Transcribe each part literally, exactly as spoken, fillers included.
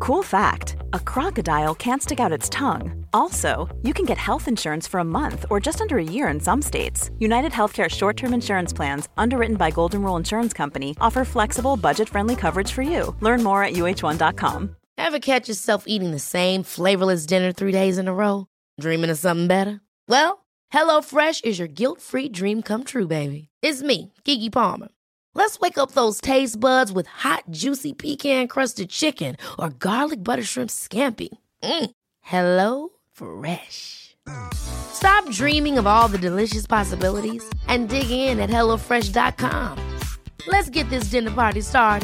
Cool fact, a crocodile can't stick out its tongue. Also, you can get health insurance for a month or just under a year in some states. United Healthcare short-term insurance plans, underwritten by Golden Rule Insurance Company, offer flexible, budget-friendly coverage for you. Learn more at U H one dot com. Ever catch yourself eating the same flavorless dinner three days in a row? Dreaming of something better? Well, HelloFresh is your guilt-free dream come true, baby. It's me, Keke Palmer. Let's wake up those taste buds with hot, juicy pecan-crusted chicken or garlic butter shrimp scampi. Mm. Hello Fresh. Stop dreaming of all the delicious possibilities and dig in at hello fresh dot com. Let's get this dinner party started.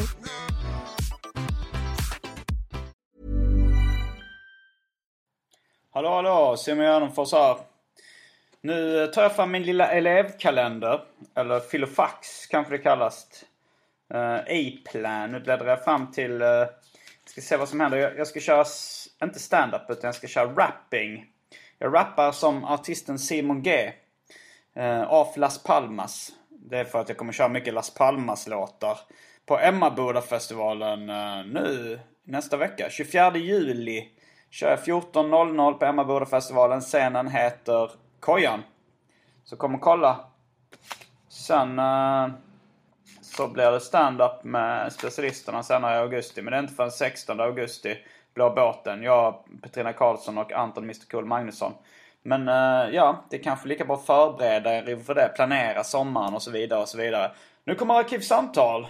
Hallå, hallå, Simon Gärdenfors här. Nu tar jag fram min lilla elevkalender, eller filofax kanske det kallas. Uh, A-plan. Nu bläddrar jag fram till, uh, jag ska se vad som händer. Jag, jag ska köra, inte stand-up utan jag ska köra rapping. Jag rappar som artisten Simon G. Uh, av Las Palmas. Det är för att jag kommer köra mycket Las Palmas-låtar på Emmaboda-festivalen uh, nu nästa vecka. tjugofjärde juli kör jag fjorton noll noll på Emmaboda-festivalen. Scenen heter Kojan. Så kom och kolla. Sen uh, så blir det stand-up med specialisterna senare i augusti. Men det är inte förrän sextonde augusti. Blå båten. Jag, Petrina Karlsson och Anton mister Cool Magnusson. Men uh, ja, det är kanske lika bra att förbereda er för det. Planera sommaren och så vidare och så vidare. Nu kommer Arkivsamtal.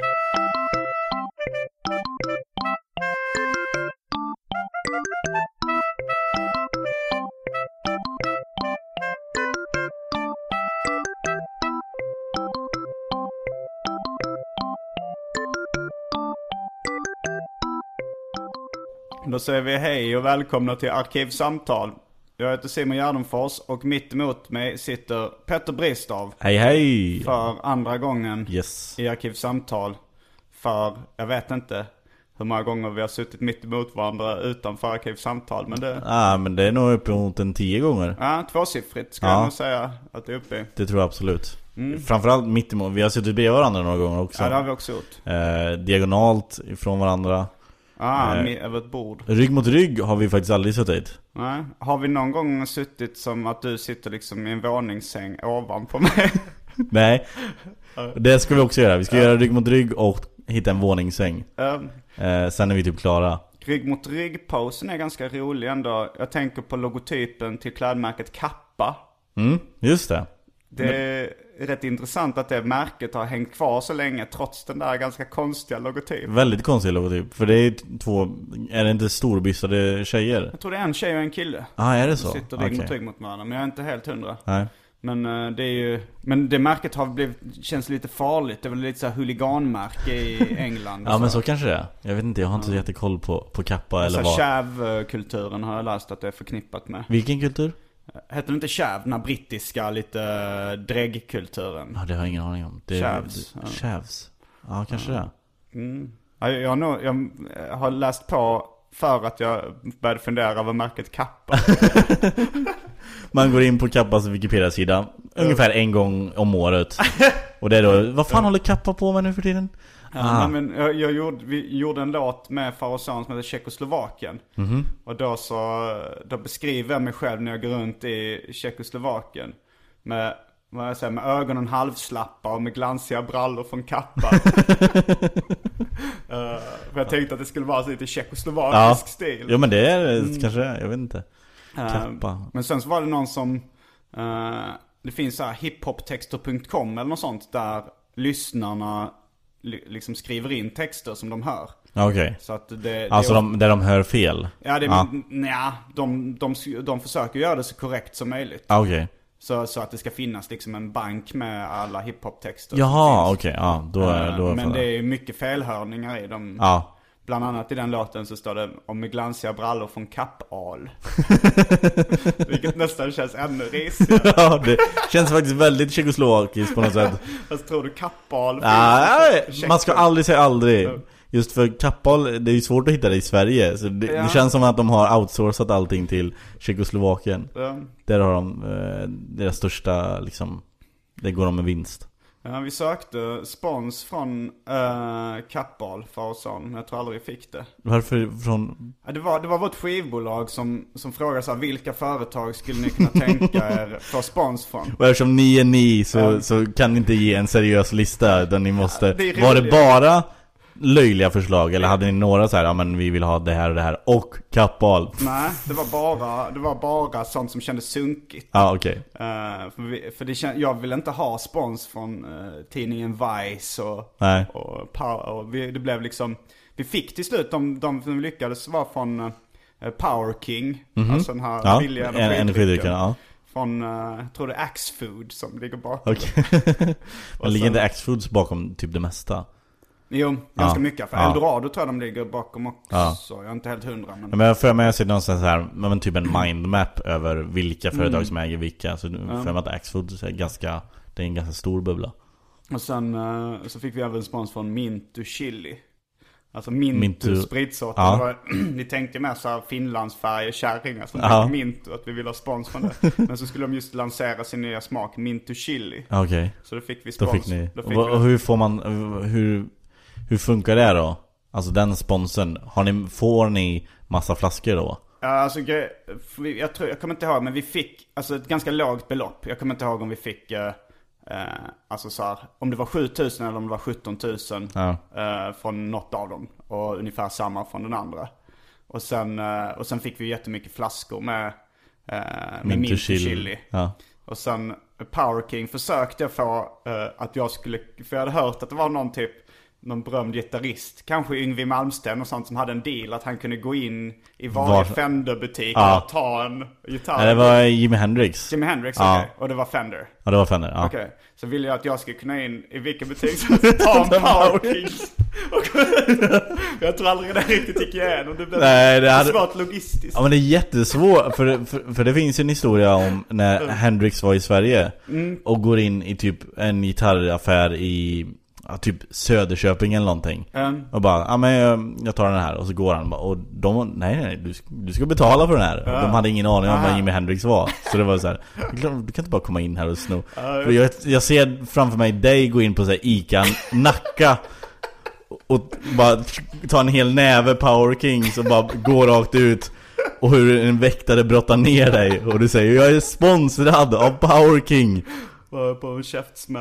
Då säger vi hej och välkomna till Arkivsamtal. Jag heter Simon Gärdenfors och mitt emot mig sitter Petter Bristav. Hej hej! För andra gången yes. i Arkivsamtal. För jag vet inte hur många gånger vi har suttit mitt emot varandra utanför Arkivsamtal. Men det... Ja, men det är nog uppemot en tio gånger. Ja, tvåsiffrigt ska ja. jag nog säga att det är uppe i. Det tror jag absolut. Mm. Framförallt mitt emot. Vi har suttit bredvid varandra några gånger också. Ja, det har vi också gjort. Eh, diagonalt ifrån varandra. Ah, eh, över ett bord. Rygg mot rygg har vi faktiskt aldrig suttit. Nej. Har vi någon gång suttit som att du sitter liksom i en våningssäng ovanpå mig? Nej, det ska vi också göra. Vi ska uh. göra rygg mot rygg och hitta en våningssäng. Uh. Eh, sen är vi typ klara. Rygg mot rygg-posen är ganska rolig ändå. Jag tänker på logotypen till klädmärket Kappa. Mm, just det. Det är rätt intressant att det märket har hängt kvar så länge trots den där ganska konstiga logotypen. Väldigt konstig logotyp. För det är två, är det inte storbyssade tjejer? Jag tror det är en tjej och en kille. Ah, är det så? De sitter rygg okay. mot rygg mot varandra. Men jag är inte helt hundra. Nej. Men uh, det är ju, men det märket har blivit, känns lite farligt. Det är väl lite så här huliganmärke i England. Ja, så. Men så kanske det är. Jag vet inte, jag har inte så jättekoll på, på Kappa eller vad. Käv-kulturen har jag läst att det är förknippat med. Vilken kultur? Heter det inte käv, den här brittiska lite dräggkulturen? Ja, det har jag ingen aning om. Det, Kävs. Det, kävs. Ja, kanske ja. det. Mm. Ja, jag, jag, nog, jag har läst på för att jag började fundera över märket Kappa. Man går in på Kappas Wikipedia-sida ungefär en gång om året. Och det är då, vad fan håller Kappa på med nu för tiden? Ja, nej, men jag, jag gjorde, vi gjorde en låt med Far och Son som heter Tjeckoslovakien. Mm-hmm. Och då, så, då beskriver jag mig själv när jag går runt i Tjeckoslovakien med, vad jag säger, med ögonen halvslappa och med glansiga brallor från Kappa. uh, för jag tänkte att det skulle vara så lite tjeckoslovakisk ja. stil. Ja, men det är mm. kanske, jag vet inte. Kappa. Uh, men sen så var det någon som uh, det finns så här hiphoptexter punkt com eller något sånt där lyssnarna liksom skriver in texter som de hör. Okej. Okay. Så att det, det alltså är, de, där de hör fel. Ja, det är, ja. Nja, de, de, de försöker göra det så korrekt som möjligt. Okej. Okay. Så, så att det ska finnas liksom en bank med alla hiphop-texter. Jaha, okej. Okay. Ja, då, uh, då men det är mycket felhörningar i dem. Ja. Bland annat i den låten så står det om med glansiga brallor från Kappal. Vilket nästan känns ännu risigare. Ja, det känns faktiskt väldigt tjeckoslovakiskt på något sätt. Alltså, tror du Kappal? Ja, man ska aldrig säga aldrig. Just för Kappal, det är ju svårt att hitta det i Sverige. Så det, ja. det känns som att de har outsourcat allting till Tjeckoslovakien. Ja. Där har de eh, deras största, liksom, det går de med vinst. Ja, vi sökte spons från uh, Kappal för oss, men jag tror aldrig vi fick det. Varför från? Det var, det var vårt skivbolag som, som frågade så här, vilka företag skulle ni kunna tänka er få spons från? Och eftersom ni är ni så, Mm. så kan ni inte ge en seriös lista, utan ni måste... Ja, det är var det roligt. bara löjliga förslag, eller hade ni några så här, ja men vi vill ha det här och det här och Kappahl? Nej, det var bara, det var bara sånt som kändes sunkigt. Ja, okej. Uh, för vi, för det känd, jag vill inte ha spons från uh, tidningen Vice och, Nej. och, Power, och vi, det blev liksom, vi fick till slut, de, de som lyckades var från uh, Power King, Mhm. alltså den här Ja, billiga en- energidrycken, ja. Från, uh, jag tror det är Axfood som ligger bakom. Okej. Men ligger sen- inte Axfoods bakom typ det mesta? Jo, ganska Ja. mycket. För Ja. Eldorado tror jag de ligger bakom också. Ja. Jag är inte helt hundra. Men... Men jag för mig att jag ser någonstans så här, men typ en mindmap över vilka företag som äger vilka. Så för mig att Axfoods är ganska, det är en ganska stor bubbla. Och sen uh, så fick vi även spons från Mintu Chili. Alltså Mintu, Mintu. spritsorten. Ja. Det var, vi tänkte med så här Finlandsfärg och kärringar som Ja. fick Mintu, att vi ville ha spons från det. Men så skulle de just lansera sin nya smak, Mintu Chili. Okej. Så då fick vi Då spons. fick ni. Då fick och, vi och hur får man, hur, hur funkar det då? Alltså den sponsen, har ni, får ni massa flaskor då? Ja, alltså gre- vi- jag, tror, jag kommer inte ihåg, men vi fick alltså ett ganska lågt belopp. Jag kommer inte ihåg om vi fick eh, eh, alltså så här, om det var sju tusen eller om det var sjutton tusen Ja. eh, från något av dem. Och ungefär samma från den andra. Och sen, eh, och sen fick vi jättemycket flaskor med, eh, med Mintu Mintu chili. chili. Ja. Och sen Power King försökte jag få eh, att jag skulle, för jag hade hört att det var någon typ någon berömd gitarrist, kanske Yngwie Malmsteen och sånt, som hade en deal att han kunde gå in i varje Var- Fender-butik Ja. och ta en gitarr. Nej, det var Jimi Hendrix. Jimi Hendrix, Ja. okej. Och det var Fender. Ja, det var Fender, ja. Okej. Så ville jag att jag skulle kunna in i vilken butik som helst, ta en Power King. Och jag tror aldrig det riktigt gick igenom. Det blev Nej, det hade- svårt logistiskt. Ja, men det är jättesvårt, för, det- för, för det finns ju en historia om när Hendrix var i Sverige och går in i typ en gitarraffär i ja, typ Söderköping eller någonting. Mm. Och bara, ja men jag, jag tar den här. Och så går han bara, och de, nej nej, du, ska- du ska betala för den här. Och de hade ingen aning om vad Jimi Hendrix var. Så det var så här, du kan inte bara komma in här och sno. För jag, jag ser framför mig dig gå in på så här Ica, Nacka och bara ta en hel näve Power Kings och bara gå rakt ut. Och hur en väktare brottar ner dig. Och du säger, jag är sponsrad av Power King. Var på en käftsmäll.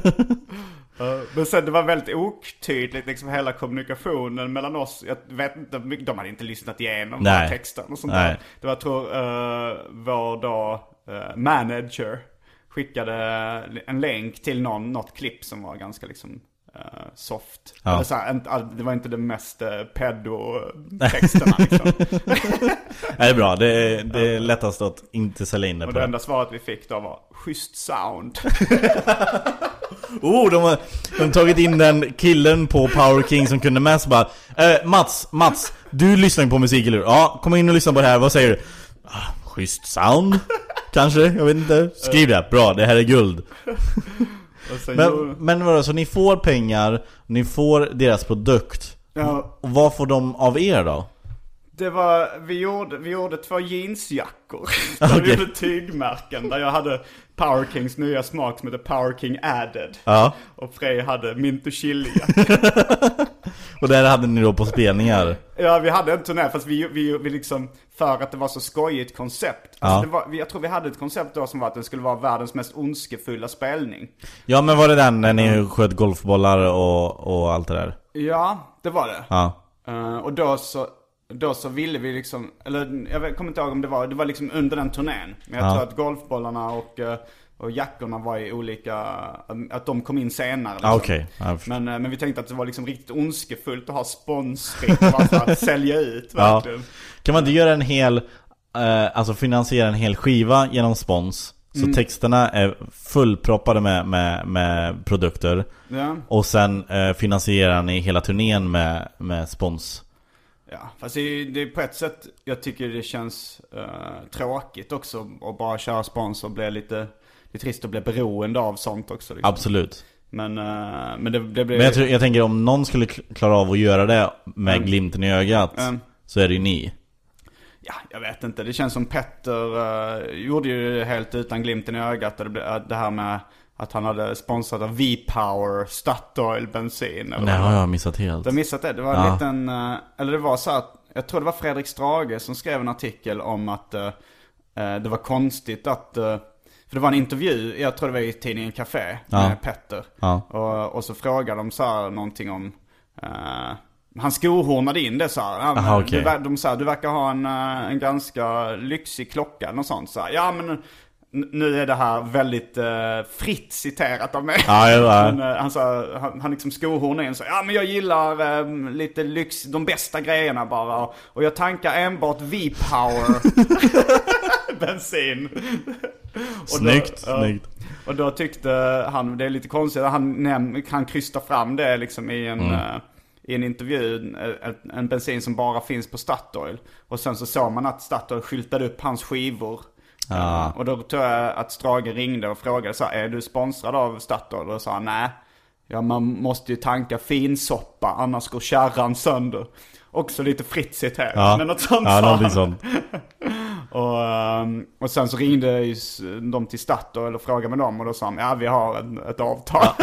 Uh, men sen det var väldigt otydligt liksom hela kommunikationen mellan oss. Jag vet inte, de hade inte lyssnat igenom Nej. texten och sånt Nej. där. Det var, jag tror, uh, vår då uh, manager skickade en länk till någon, något klipp som var ganska liksom uh, soft. Ja. Eller så här, inte- det var inte det mest uh, pedo-texterna liksom. Det är bra, det är, det är lättast att inte sälja in det Och på det det. enda svaret vi fick då var schysst sound. Oh, de har, de har tagit in den killen på Power King som kunde med sig bara eh, Mats, Mats, du lyssnar ju på musik eller hur? Ja, kom in och lyssna på det här, vad säger du? Ah, schysst sound, kanske, jag vet inte. Skriv det, bra, det här är guld. Och sen Men, gjorde- men vadå, så ni får pengar, ni får deras produkt. ja, Och vad får de av er då? Det var, vi gjorde, vi gjorde två jeansjackor. Där vi Okej. gjorde tygmärken. Där jag hade Power Kings nya smak som heter Power King Added. Ja. Och Frej hade Mintu Chili. Och där hade ni då på spelningar. Ja, vi hade en turné fast vi, vi, vi liksom, för att det var så skojigt koncept. Alltså Ja. det var, vi- jag tror vi hade ett koncept då som var att den skulle vara världens mest ondskefulla spelning. Ja, men var det den när ni sköt golfbollar och, och allt det där? Ja, det var det. Ja. Uh, och då så, då så ville vi liksom, eller jag vet- kommer inte ihåg om det var, det var liksom under den turnén. Men jag Ja. tror att golfbollarna och, uh, och jackorna var i olika, att de kom in senare liksom. Ah, okej. Ja, jag förstår. Men, uh, men vi tänkte att det var liksom riktigt ondskefullt att ha sponsring, bara för att sälja ut Ja. verkligen. Kan man inte göra en hel, eh, alltså finansiera en hel skiva genom spons? Så Mm. texterna är fullproppade med, med, med produkter. Ja. Och sen eh, finansierar ni hela turnén med, med spons. Ja, fast det är, det är på ett sätt, jag tycker det känns uh, tråkigt också att bara köra spons och bli lite, det är trist att bli beroende av sånt också liksom. Absolut. Men, uh, men det, det blir... Men jag, tror, jag tänker om någon skulle kl- klara av att göra det med Mm. glimten i ögat, Mm. så är det ju ni. Ja, jag vet inte. Det känns som Petter uh, gjorde ju helt utan glimten i ögat. Och det, blev, uh, det här med att han hade sponsrat av V-Power, Statoil bensin. Eller Nej, vad. har jag missat helt. Du har missat det. Det var en Ja. liten, uh, eller det var så att jag tror det var Fredrik Strage som skrev en artikel om att uh, det var konstigt att... Uh, för det var en intervju, jag tror det var i tidningen Café med ja. Petter. Ja. Och, och så frågade de så här någonting om... Uh, han skohornade in det så här. Ja, Aha, okay. du, de sa du verkar ha en, en ganska lyxig klocka och sånt så här. Ja men nu är det här väldigt uh, fritt citerat av mig. Ja, ja. Men, uh, han sa han, han liksom skohornade in så ja men jag gillar uh, lite lyx, de bästa grejerna bara och jag tankar enbart V-Power bensin. Snyggt, då, snyggt. Och då tyckte han det är lite konstigt han näm, han krystar fram det liksom i en mm. uh, i en intervju en, en bensin som bara finns på Statoil. Och sen så såg man att Statoil skyltade upp hans skivor. Ah. Och då tror jag att Strage ringde och frågade så här, är du sponsrad av Statoil? Och sa nej. Ja, man måste ju tanka finsoppa, annars går kärran sönder. Också lite fritt sitt här. Ja. Men något sånt ja, sa någonting sånt. och, och sen så ringde de till Statoil och frågade med dem. Och då sa de, ja vi har en, ett avtal. Ja.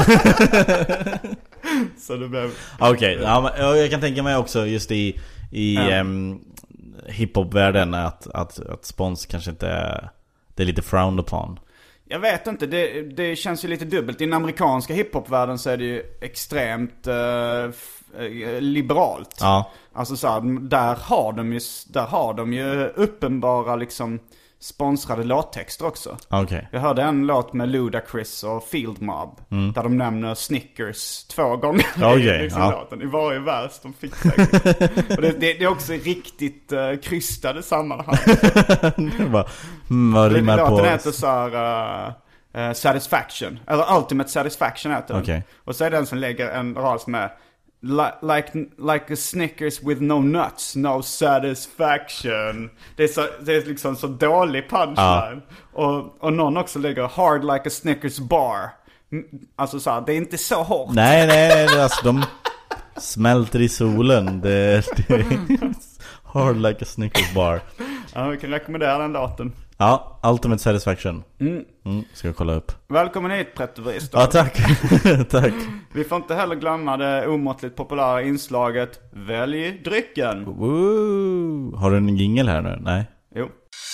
Så det blev... Okej, okay. Ja, jag kan tänka mig också just i, i ja. um, hiphop-världen att, att, att spons kanske inte är, det är lite frowned upon. Jag vet inte, det, det känns ju lite dubbelt. I den amerikanska hiphop-världen så är det ju extremt uh, liberalt. Ja. Alltså så här, där har de ju, där har de ju uppenbara liksom sponsrade låttexter också. Okay. Jag hörde en låt med Ludacris och Field Mob mm. där de nämner Snickers två gånger okay, liksom ja. låten, i varje vers de fick säkert. Och det, det, det är också riktigt uh, krystade sammanhang. Bara, mm, vad rimmar på? Låten heter så här, uh, uh, Satisfaction, eller Ultimate Satisfaction heter den. Okay. Och så är den som lägger en rad som är Like, like a Snickers with no nuts, no satisfaction. Det är, så, det är liksom så dålig punchline. Ja. Och, och någon också lägger hard like a Snickers bar. Alltså så här, det är inte så hårt. Nej, nej, nej alltså de smälter i solen. Det är, det är hard like a Snickers bar. Ja, vi kan rekommendera den låten. Ja, Ultimate Satisfaction. Mm. Mm, ska jag kolla upp. Välkommen hit, Petter Wrist. Ja, tack. Tack. Vi får inte heller glömma det omåttligt populära inslaget Välj drycken. Woo. Har du en jingle här nu? Nej. Jo.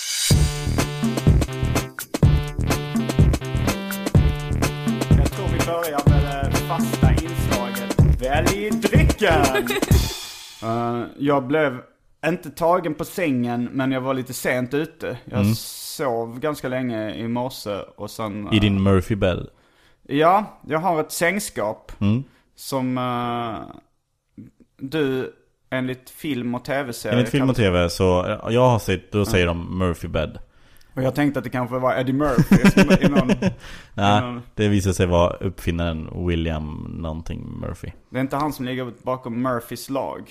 Jag tror vi börjar med det fasta inslaget Välj drycken. uh, jag blev inte tagen på sängen, men jag var lite sent ute. Jag mm. sov ganska länge i morse och sen... I din Murphy-bed? Ja, jag har ett sängskap mm. som uh, du enligt film och tv-serier... Enligt film och tv så, jag har sett, då säger mm. de Murphy-bed. Och jag tänkte att det kanske var Eddie Murphy som i någon... Nej, någon... det visar sig vara uppfinnaren William någonting Murphy. Det är inte han som ligger bakom Murphys lag.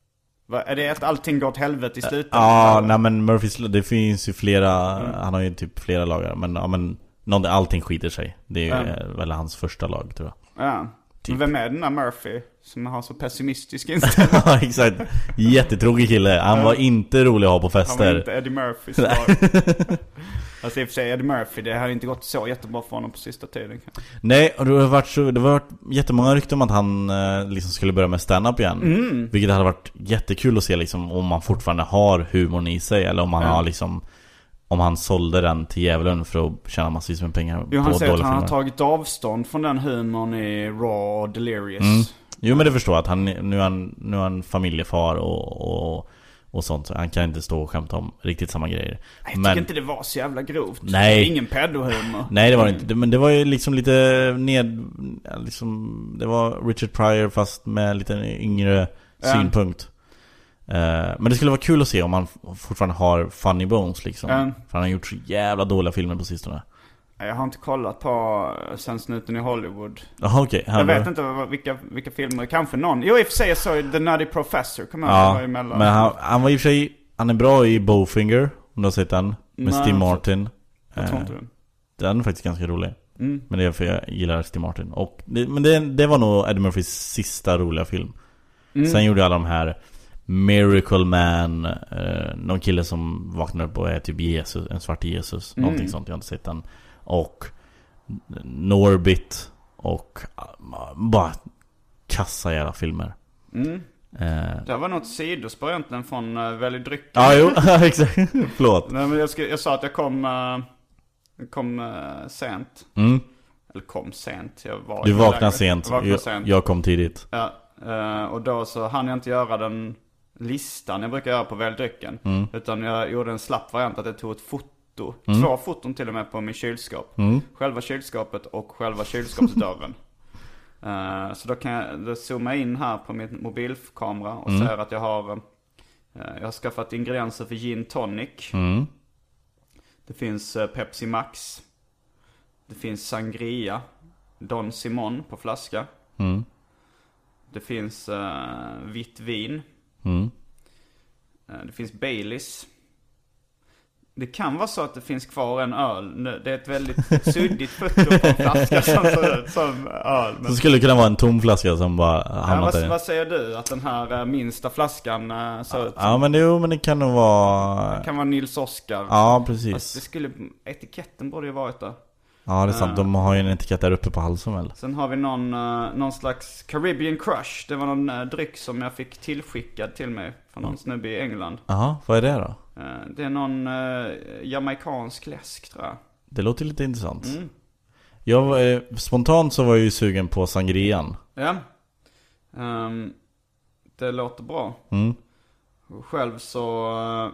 Va, är det att allting går åt helvete i slutet? Ja, nej men Murphys, det finns ju flera, mm. han har ju typ flera lagar. Men, ja, men allting skiter sig. Det är ju mm. väl hans första lag, tror jag. Ja, typ. Men vem är den där Murphy som har så pessimistisk inställning? Ja, exakt. Jättetråkig kille. Han var inte rolig att ha på fester. Han var inte Eddie Murphys lag. Alltså i och för sig Eddie Murphy, det har inte gått så jättebra för honom på sista tiden. Nej, och det har varit så, det har varit jättemånga rykten om att han eh, liksom skulle börja med stand-up igen. Mm. Vilket hade varit jättekul att se liksom, om man fortfarande har humorn i sig. Eller om man mm. har liksom, om han sålde den till djävulen för att tjäna massvis med pengar. Jo, han på säger att han filmer. har tagit avstånd från den humorn i Raw och Delirious. Mm. Jo, men det förstår jag att han, nu är han, nu är han familjefar och... och och sånt, så han kan inte stå och skämta om riktigt samma grejer. Jag tycker men, inte det var så jävla grovt. Nej. Det är ingen pedohumor. Nej, det var det inte. Men det var ju liksom lite ned... Liksom, det var Richard Pryor fast med lite yngre mm. synpunkt. Uh, men det skulle vara kul att se om han fortfarande har funny bones liksom. Mm. För han har gjort så jävla dåliga filmer på sistone. Jag har inte kollat på sen Snuten i Hollywood. Aha, okay. Jag vet inte vilka, vilka filmer. Kanske någon. Jo, i och för sig så The Nutty Professor. Kommer ja, men han, han var i och för sig... Han är bra i Bowfinger. Om du har sett den. Med Nej, Steve Martin. Jag tror inte det. Den är faktiskt ganska rolig. Mm. Men det är för jag gillar Steve Martin. Och det, men det, det var nog Eddie Murphys sista roliga film. Mm. Sen gjorde alla de här Miracle Man. Eh, någon kille som vaknar upp och är typ Jesus. En svart Jesus. Mm. Någonting sånt. Jag har inte sett den. Och Norbit och bara kassa jävla filmer. Mm. Eh. Det var något sidospår egentligen från uh, Välj drycken. Ja, jo, exakt. Förlåt. Nej, men jag, ska, jag sa att jag kom, uh, kom uh, sent. Mm. Eller kom sent. Jag var du vaknade sent. Jag, vaknade jag, sent. jag kom tidigt. Ja, uh, och då så hann jag inte göra den listan jag brukar göra på Välj drycken. Mm. Utan jag gjorde en slapp variant att jag tog ett foto. Mm. Två foton till och med på min kylskåp. Mm. Själva kylskåpet och själva kylskåpsdörren. Uh, så då kan jag då zooma in här på min mobilkamera och mm. säga att jag har uh, jag har skaffat ingredienser för gin tonic. Mm. Det finns uh, Pepsi Max. Det finns sangria, Don Simon på flaska. Mm. Det finns uh, vitt vin. Mm. Uh, det finns Baileys. Det kan vara så att det finns kvar en öl. Det är ett väldigt suddigt foto på en flaska som ser ut som öl. Men... Så skulle det kunna vara en tom flaska som bara hamnat ja, där. Vad säger du? Att den här minsta flaskan ser ut som... Ja, men det, jo, men det kan nog vara... Det kan vara Nils Oskar. Ja, precis. Alltså, det skulle... Etiketten borde ju varit där. Ja, det är sant. De har ju en etikett där uppe på halsen väl. Sen har vi någon, uh, någon slags Caribbean Crush. Det var någon uh, dryck som jag fick tillskickad till mig från någon snubbe i England. Jaha, vad är det då? Uh, det är någon uh, jamaikansk läsk, tror jag. Det låter lite intressant. Mm. Jag, eh, spontant så var jag ju sugen på sangrian. Ja. Um, det låter bra. Mm. Själv så... Uh,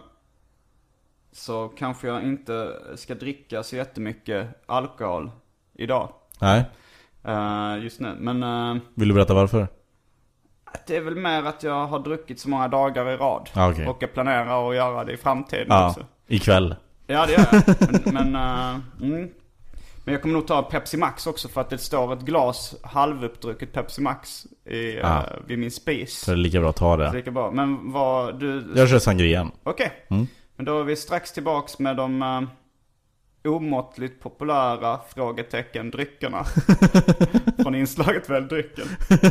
Så kanske jag inte ska dricka så jättemycket alkohol idag. Nej. Uh, just nu. Men... Uh, Vill du berätta varför? Det är väl mer att jag har druckit så många dagar i rad. Ah, okay. Och jag planerar att göra det i framtiden ja, också. Ikväll. Ja, det gör jag. Men, men, uh, mm. men jag kommer nog ta Pepsi Max också för att det står ett glas halvuppdrucket Pepsi Max i, uh, ah. vid min spis. Så det är lika bra att ta det. Så lika bra. Men vad du... Jag kör sangrian. Okej. Okay. Mm. Men då är vi strax tillbaks med de uh, omåttligt populära frågetecken dryckerna från inslaget Välj drycken.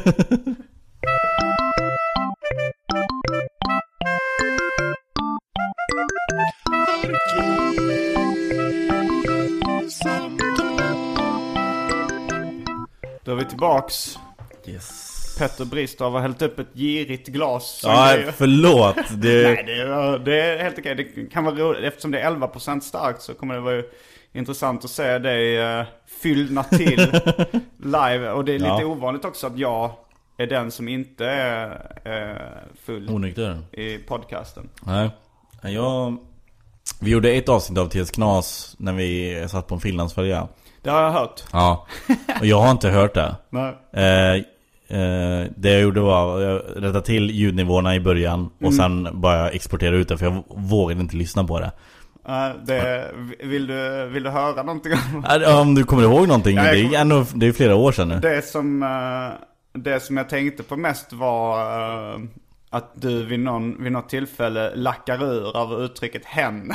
Då är vi tillbaks. Yes. Petter Bristav har hällt upp ett girigt glas. Nej, förlåt. Det... Nej, det är, det är helt okej. Det kan vara roligt. Eftersom det är elva procent starkt så kommer det vara intressant att se dig uh, fyllna till live. Och det är lite ja. ovanligt också att jag är den som inte är uh, full onykter i podcasten. Nej, jag... Vi gjorde ett avsnitt av T S Knas när vi satt på en finlandsfärja. Det har jag hört. Ja, och jag har inte hört det. Nej. Eh, eh, det jag gjorde var jag rättade till ljudnivåerna i början mm. och sen bara exportera ut det för jag vågade inte lyssna på det. Uh, det vill, du, vill du höra någonting om? Om du kommer ihåg någonting, ja, det är ändå, det är flera år sedan nu. Det som, det som jag tänkte på mest var att du vid, någon, vid något tillfälle lackar ur av uttrycket hen.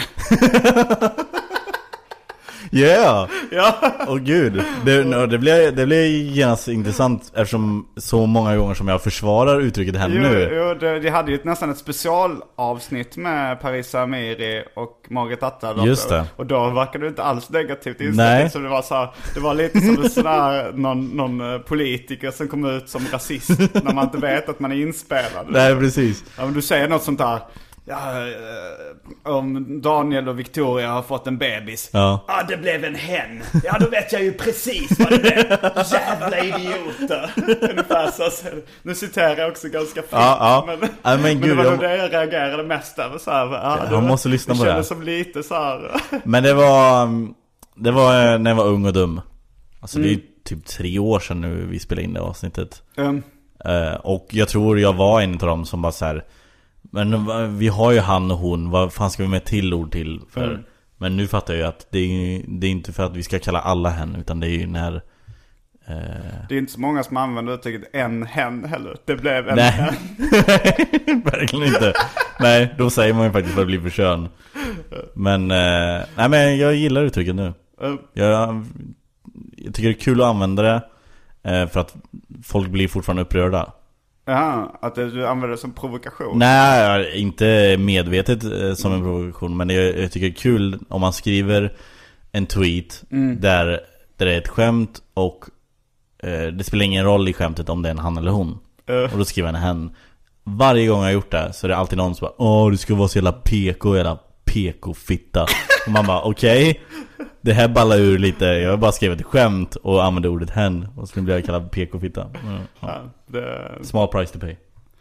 Yeah! Ja. Åh oh, gud, det, no, det, blir, det blir genast intressant eftersom så många gånger som jag försvarar uttrycket hen jo, nu. Jo, det, det hade ju ett, nästan ett specialavsnitt med Parisa Amiri och Margaret Atwood. Just det. Och då verkade du inte alls negativt inställd. Så det var så här, det var lite som en sån här, någon, någon politiker som kom ut som rasist när man inte vet att man är inspelad. Nej, precis. Ja, men du säger något sånt där. Ja, om Daniel och Victoria har fått en bebis. Ja. Ah, det blev en hen. Ja, då vet jag ju precis vad det blev. Jävla idioter. Ungefär så. Nu citerar jag också ganska fint. Ja, ja. Men, ja, men, men gud, det var jag... nog det jag reagerade mest över. Så här, ah, jag måste var, lyssna på det. Det kändes som lite så här. Men det var, det var när jag var ung och dum. Alltså mm. det är typ tre år sedan nu vi spelade in det avsnittet. Mm. Uh, och jag tror jag var en av dem som bara så här. Men vi har ju han och hon. Vad fan ska vi med till ord till för? Mm. Men nu fattar jag ju att det är, det är inte för att vi ska kalla alla hen, utan det är ju när eh... det är inte så många som använder uttrycket en hen heller. Det blev en nej. hen. Verkligen inte. Nej, då säger man ju faktiskt att det blir för kön. Men eh... nej, men jag gillar uttrycket nu. mm. jag, jag tycker det är kul att använda det eh, för att folk blir fortfarande upprörda. Ja, att du använder det som provokation. Nej, inte medvetet eh, som en provokation. Men jag, jag tycker det är kul om man skriver en tweet mm. där, där det är ett skämt och eh, det spelar ingen roll i skämtet om det är en han eller hon. uh. Och då skriver en hen. varje gång jag har gjort det så är det alltid någon som bara, åh, du ska vara så jävla P K, jävla P K-fitta. Och man bara, okej, okay, det här ballar ur lite. Jag har bara skrivit ett skämt och använde ordet hen, och så blir jag kallad P K-fitta. Mm, ja. Ja, det... Small price to pay.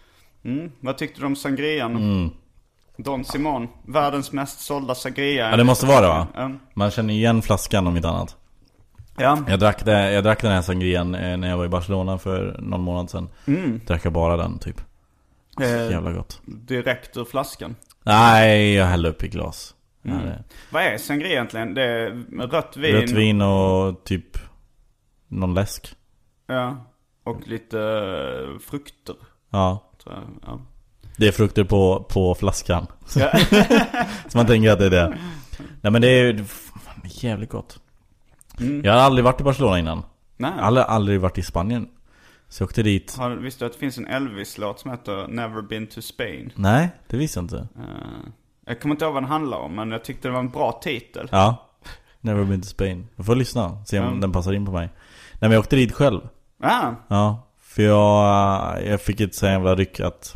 Mm. Vad tyckte du om sangrian? Mm. Don Simon, världens mest sålda sangria. Ja, det måste vara det, va? Mm. Man känner igen flaskan om inte annat. Ja. Jag drack, det, jag drack den här sangrian när jag var i Barcelona för någon månad sedan. Mm. Drack jag bara den, typ. Så eh, jävla gott. Direkt ur flaskan? Nej, jag hällde upp i glas. Mm. Det... Vad är sangria egentligen? Det är rött vin. Rött vin och typ någon läsk. Ja, och lite frukter. Ja, tror jag. Ja. Det är frukter på, på flaskan. Ja. Så man tänker att det är det. Nej, men det är, det är jävligt gott. Mm. Jag har aldrig varit i Barcelona innan. Nej. Jag har aldrig, aldrig varit i Spanien. Så jag åkte dit. Har, visste du att det finns en Elvis-låt som heter Never Been to Spain? Nej, det visste jag inte. Uh, jag kommer inte ihåg vad den handlar om, men jag tyckte det var en bra titel. Ja, Never Been to Spain. Jag får lyssna, se om mm. den passar in på mig. Nej, men jag åkte dit själv. Ah. Ja, för jag, jag fick ett så jävla ryck att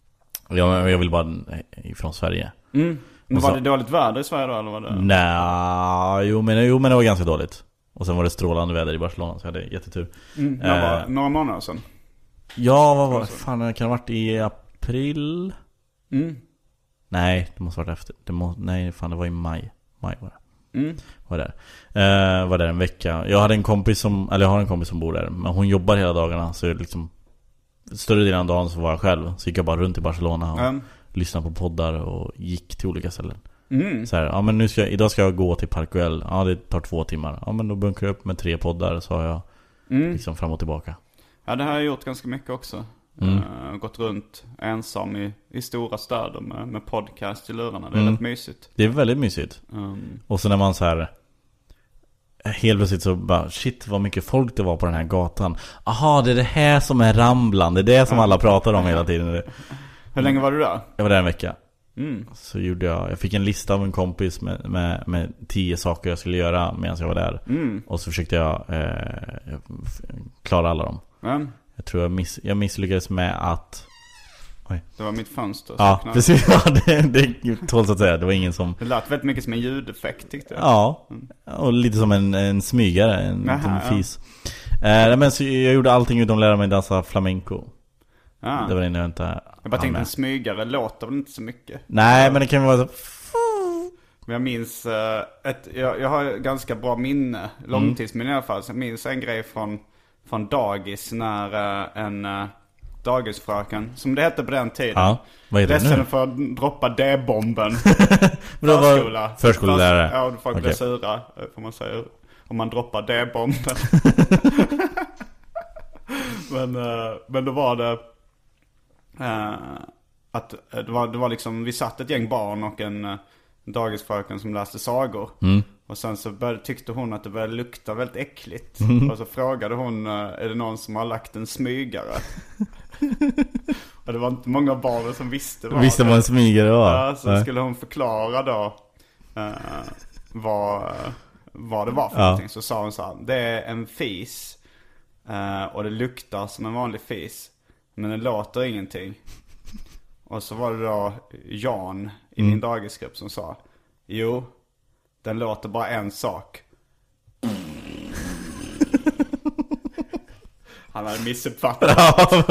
jag, jag vill bara ifrån Sverige. Mm. Men så, var det dåligt väder i Sverige då, eller var det? Nej, jo men, jo men det var ganska dåligt. Och sen var det strålande väder i Barcelona, så jag hade jättetur. Mm, det var eh, några månader sedan. Ja, vad var det? Fan, det kan ha varit i april. Mm. Nej, det måste ha varit efter. Det må, nej, fan, det var i maj. Maj var det. Mm. Var där. Eh, var där en vecka. Jag hade en kompis som, eller jag har en kompis som bor där, men hon jobbar hela dagarna, så liksom större delen av dagen så var jag själv. Så gick jag bara runt i Barcelona och mm. lyssnade på poddar och gick till olika ställen. Mm. Så här, ja men nu ska jag, idag ska jag gå till Parkwell. Ja, det tar två timmar. Ja, men då bunkrar jag upp med tre poddar, så har jag mm. liksom fram och tillbaka. Ja, det har jag gjort ganska mycket också. Mm. Uh, gått runt ensam i, i stora städer med, med podcast i lurarna. Det är mm. rätt mysigt. Det är väldigt mysigt. Um. Och så när man så här helt plötsligt så bara, shit vad mycket folk det var på den här gatan. Aha, det är det här som är Ramblan. Det är det som alla pratar om hela tiden. Hur länge var du där? Jag var där en vecka. Mm. Så gjorde jag, jag fick en lista av en kompis med, med, med tio saker jag skulle göra medan jag var där. Mm. Och så försökte jag eh, klara alla dem. Mm. Jag tror jag, miss, jag misslyckades med att... Oj. Det var mitt fönster. Ja, precis. Ja, det, det tåls att säga. Det var ingen som... Det lät väldigt mycket som en ljudeffekt, tyckte jag. Ja, och lite som en, en smygare, en, Aha, en fis. Ja. Eh, men så jag gjorde allting utom lära mig dansa flamenco. Ah. Det var det jag inte... Jag bara tänkte en smygare låter väl inte så mycket. Nej, men det kan ju vara så... Men jag minns uh, ett, jag, jag har ganska bra minne, långtidsminne mm. i alla fall. Så jag minns en grej från, från dagis när uh, en uh, dagisfröken, som det hette på den tiden. Ja, vad är det ledsen nu? för att droppa D-bomben. Förskola. Förskollärare. Ja, och folk okay. blir sura, får man säga, om man droppar D-bomben. men, uh, men då var det... Uh, att det var, det var liksom, vi satt ett gäng barn och en uh, dagisfröken som läste sagor. Mm. Och sen så började, tyckte hon att det började lukta väldigt äckligt. Mm. Och så frågade hon, uh, är det någon som har lagt en smygare? Och det var inte många barn som visste vad visste vad en smygare var. Ja, så Nej. skulle hon förklara då uh, vad, vad det var för ja. någonting. Så sa hon så här, det är en fis uh, och det luktar som en vanlig fis. Men det låter ingenting. Och så var det då Jan i mm. min dagisgrupp som sa, jo, den låter bara en sak. Han hade missuppfattat.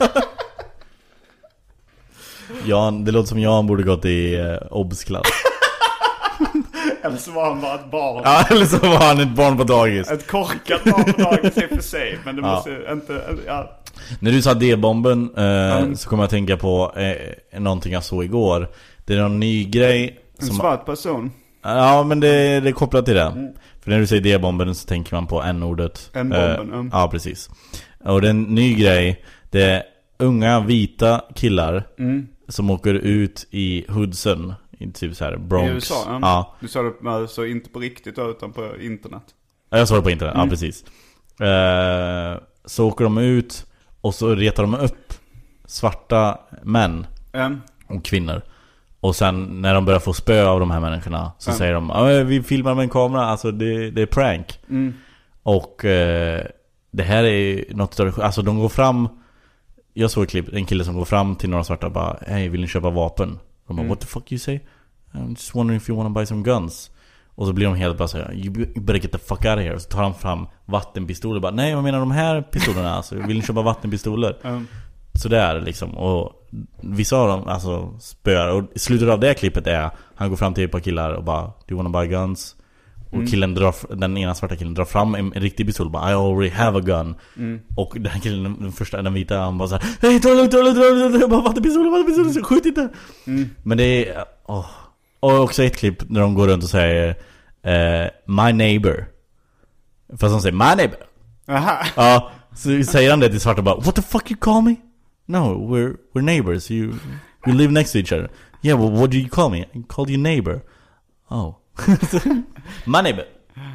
Jan, det låter som Jan borde gått i eh, obsklass. Eller så var han bara ett barn. Ja, eller så var han ett barn på dagis. Ett korkat barn på dagis i och för sig. Men det ja. måste inte... Ja. När du sa D-bomben eh, mm. så kommer jag att tänka på eh, någonting jag såg igår. Det är någon ny grej. En som... svart person. Ja, men det, det är kopplat till det. Mm. För när du säger D-bomben så tänker man på N-ordet. N-bomben, eh, mm. Ja, precis. Och det är en ny grej. Det är unga vita killar mm. som åker ut i Hudson, i typ så här Bronx. I U S A, ja. Ja. Du sa det alltså inte på riktigt utan på internet. Ja, jag sa det på internet, mm. ja precis. Eh, så åker de ut och så retar de upp svarta män mm. och kvinnor. Och sen när de börjar få spö av de här människorna så mm. säger de, vi filmar med en kamera, alltså det, det är prank. Mm. Och eh, det här är något större, alltså de går fram jag såg ett klipp, en kille som går fram till några svarta och bara, hej, vill ni köpa vapen? De bara, mm. what the fuck you say? I'm just wondering if you want to buy some guns. Och så blir de helt bara så här, you better get the fuck out of here. Och så tar de fram vattenpistoler och bara, nej, vad menar de här pistolerna? Alltså, vill ni köpa vattenpistoler? Mm. Så det är liksom. Och vissa av dem alltså spöar. Och i slutet av det klippet är, han går fram till ett par killar och bara, do you want to buy guns? Och killen drar, den ena svarta killen drar fram en, en riktig pistol, bara, I already have a gun. Mm. Och den killen, den första, den vita, han bara såhär, hej, ta det lugnt, ta det lugnt, ta det lugnt, jag bara, vattenpistol, vattenpistol, skjut inte. Mm. Men det är, åh. Och också ett klipp när de går runt och säger uh, my neighbor. Fast de säger my neighbor. Aha. Ja, så säger han det till svarta bara, what the fuck you call me? No, we're we're neighbors. You we live next to each other. Yeah, well, what do you call me? I called you neighbor. Oh. My neighbor.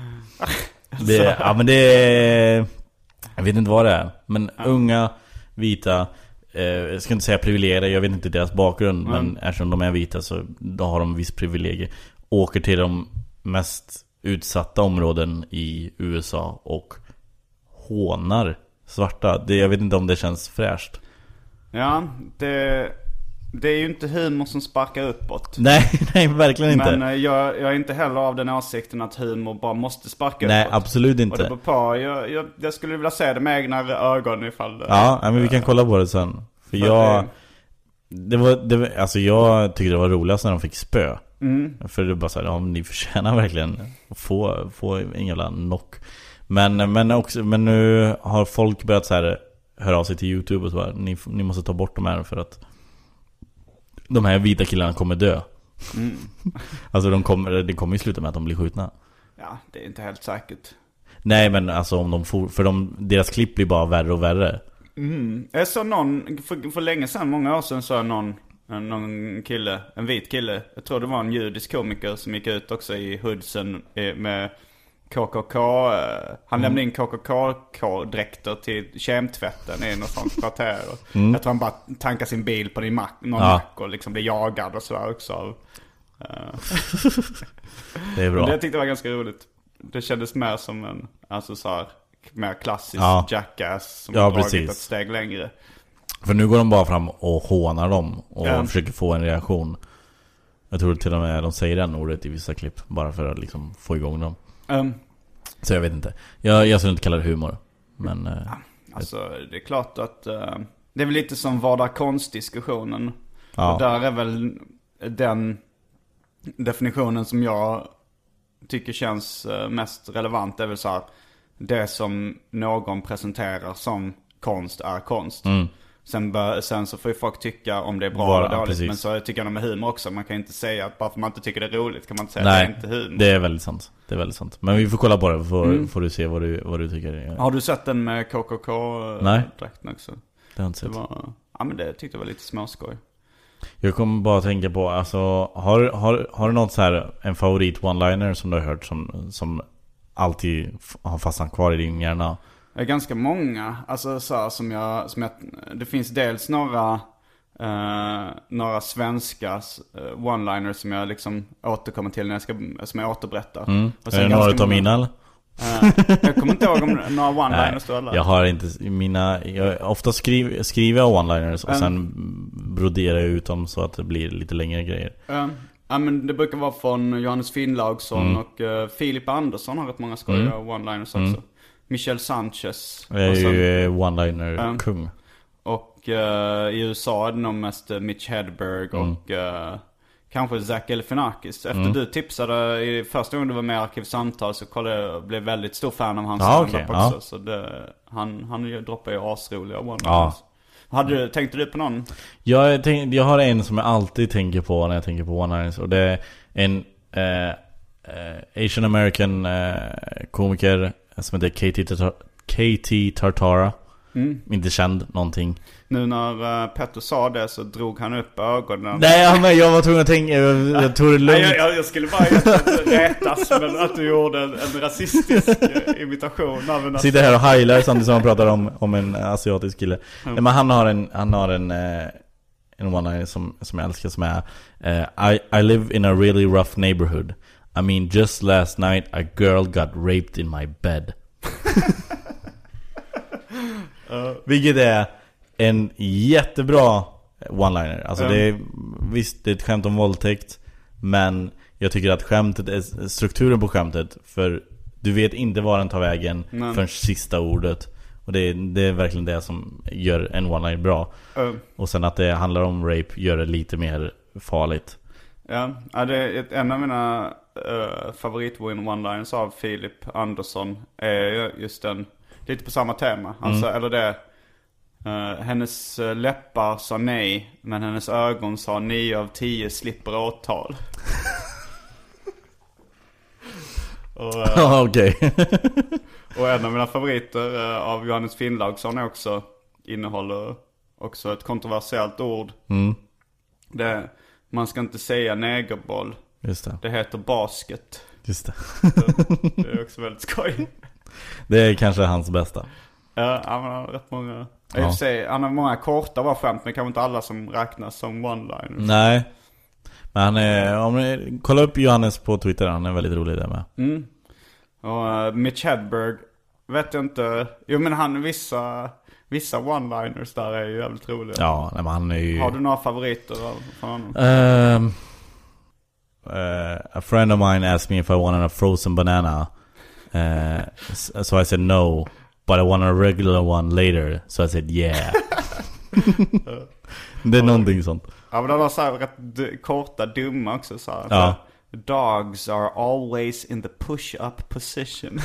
Det, ja, men det är, jag vet inte vad det är. Men ja. Unga, vita, eh, jag ska inte säga privilegierade, jag vet inte deras bakgrund. Mm. Men eftersom de är vita så då har de viss privilegier. Åker till de mest utsatta områden i U S A och hånar svarta. Det, jag vet inte om det känns fräscht. Ja, det... Det är ju inte humor som sparkar uppåt. Nej, nej, verkligen inte. Men jag, jag är inte heller av den åsikten att humor bara måste sparka nej, uppåt. Nej, absolut inte. Och det beror på, jag, jag, jag skulle vilja se det med egna ögon ifall det, ja, men vi kan kolla på det sen. För jag det var, det var, alltså jag tyckte det var roligast när de fick spö. Mm. För det bara så här, ja, ni förtjänar verkligen att få, få en jävla knock. Men, men, också, men nu har folk börjat så här höra av sig till YouTube och så här, ni, ni måste ta bort de här för att de här vita killarna kommer dö. Mm. Alltså de kommer, det kommer ju sluta med att de blir skjutna. Ja, det är inte helt säkert. Nej, men alltså om de får, för de, deras klipp blir bara värre och värre. Mm. Jag såg någon, för, för länge sedan, många år sedan, så någon, någon kille, en vit kille, jag tror det var en judisk komiker som gick ut också i hoodsen med K K K. Han lämnade in K K K-dräkter till kemtvätten i något sånt kvarter. Mm. Jag tror han bara tankar sin bil på din mack, någon ja. mack och liksom blir jagad och sådär också. Det är bra. Det jag tyckte var ganska roligt. Det kändes mer som en, alltså så här, mer klassisk ja. Jackass som ja, har dragit precis. ett steg längre. För nu går de bara fram och hånar dem och ja. försöker få en reaktion. Jag tror till och med de säger den ordet i vissa klipp bara för att liksom få igång dem. Um, så jag vet inte. Jag, jag skulle inte kalla det humor. Men uh, alltså det är klart att uh, det är väl lite som vardag konstdiskussionen. Ja. Och där är väl den definitionen som jag tycker känns uh, mest relevant är väl så här, det som någon presenterar som konst är konst. Mm. Sen, bör, sen så får ju folk tycka om det är bra Var, eller dåligt. Precis. Men så tycker jag med humor också. Man kan inte säga att bara för man inte tycker det är roligt kan man inte säga Nej, att det är inte humor. Det är väldigt sant. Det är väldigt sant. Men vi får kolla på det. Får, mm. får du se vad du, vad du tycker. Har du sett den med K K K-dräkten också? Det har jag inte sett. Det var, ja, men det tyckte jag var lite småskoj. Jag kommer bara tänka på, alltså, har, har, har du något så här, en favorit one-liner som du har hört som, som alltid har fastnat kvar i din hjärna? Det är ganska många, alltså så här, som jag, som jag, det finns dels några uh, några svenska uh, one-liners som jag liksom återkommer till när jag ska, som jag återberättar. Mm. Och är det några av mina? Uh, jag kommer inte ihåg om några one-liners då eller? Jag har inte mina, jag ofta skriver, skriver jag one-liners och um, sen broderar jag ut dem så att det blir lite längre grejer. Um, ja, men det brukar vara från Johannes Finnlaugsson mm. och uh, Filip Andersson har rätt många skojiga mm. one-liners också. Mm. Michel Sanchez. Jag är sen, ju one-liner-kung. Um, och uh, i U S A är det nog mest Mitch Hedberg mm. och uh, kanske Zach Galifianakis. Efter mm. du tipsade i första gången du var med i Arkivsamtal så kollade jag, blev väldigt stor fan av hans ah, okay. också. Ja. Så det, han, han droppar ju asroliga one-liners. Ja. Hade du, tänkte du på någon? Jag, tänk, jag har en som jag alltid tänker på när jag tänker på one-liners. Och det är en uh, uh, Asian American uh, komiker som heter Katie, Tartar- Katie Tartara. Mm. Inte känd någonting. Nu när uh, Petto sa det så drog han upp ögonen. Nej, men jag var tvungen att tänka. Jag, jag tog det lugnt. Nej, jag, jag skulle bara rätas men att du gjorde en, en rasistisk imitation av en. Sitter här och heilar samtidigt som han pratar om, om en asiatisk kille. Mm. Nej, men han har en, han har en, uh, en one-liner som, som jag älskar som är uh, I, I live in a really rough neighborhood. I mean, just last night a girl got raped in my bed. uh. Vilket är en jättebra one-liner. Alltså mm. det är, visst, det är ett skämt om våldtäkt, men jag tycker att skämtet är strukturen på skämtet, för du vet inte var den tar vägen mm. förrän sista ordet. Och det är, det är verkligen det som gör en one-liner bra. Mm. Och sen att det handlar om rape gör det lite mer farligt. Ja, ja det är ett, en av mina uh, favorit-one-liners av Philip Andersson är just den, lite på samma tema. Alltså, mm. eller det uh, hennes läppar sa nej, men hennes ögon sa nio av tio slipper åtal. Och, uh, okej. Och en av mina favoriter uh, av Johannes Finnlaugsson är också, innehåller också ett kontroversiellt ord. Mm. Det, man ska inte säga negerboll. Just det. Det heter basket. Just det. Det är också väldigt skoj. Det är kanske hans bästa. Ja, han har rätt många. Ja. Sig, han har många korta var skämt, men kanske inte alla som räknas som one-liners. Nej. Men han är, om ni kollar upp Johannes på Twitter, han är väldigt rolig där med. Mm. Och uh, Mitch Hedberg vet jag inte. Jo, men han vissa vissa one-liners där är ju jävligt roliga. Ja, men han är ju... Har du några favoriter från honom? Um, uh, a friend of mine asked me if I wanted a frozen banana. Uh, so I said no, but I want a regular one later. So I said yeah. Det är någonting sånt. Ja, men det var så här rätt d- korta, dumma också så här. Ja. Dogs are always in the push-up position.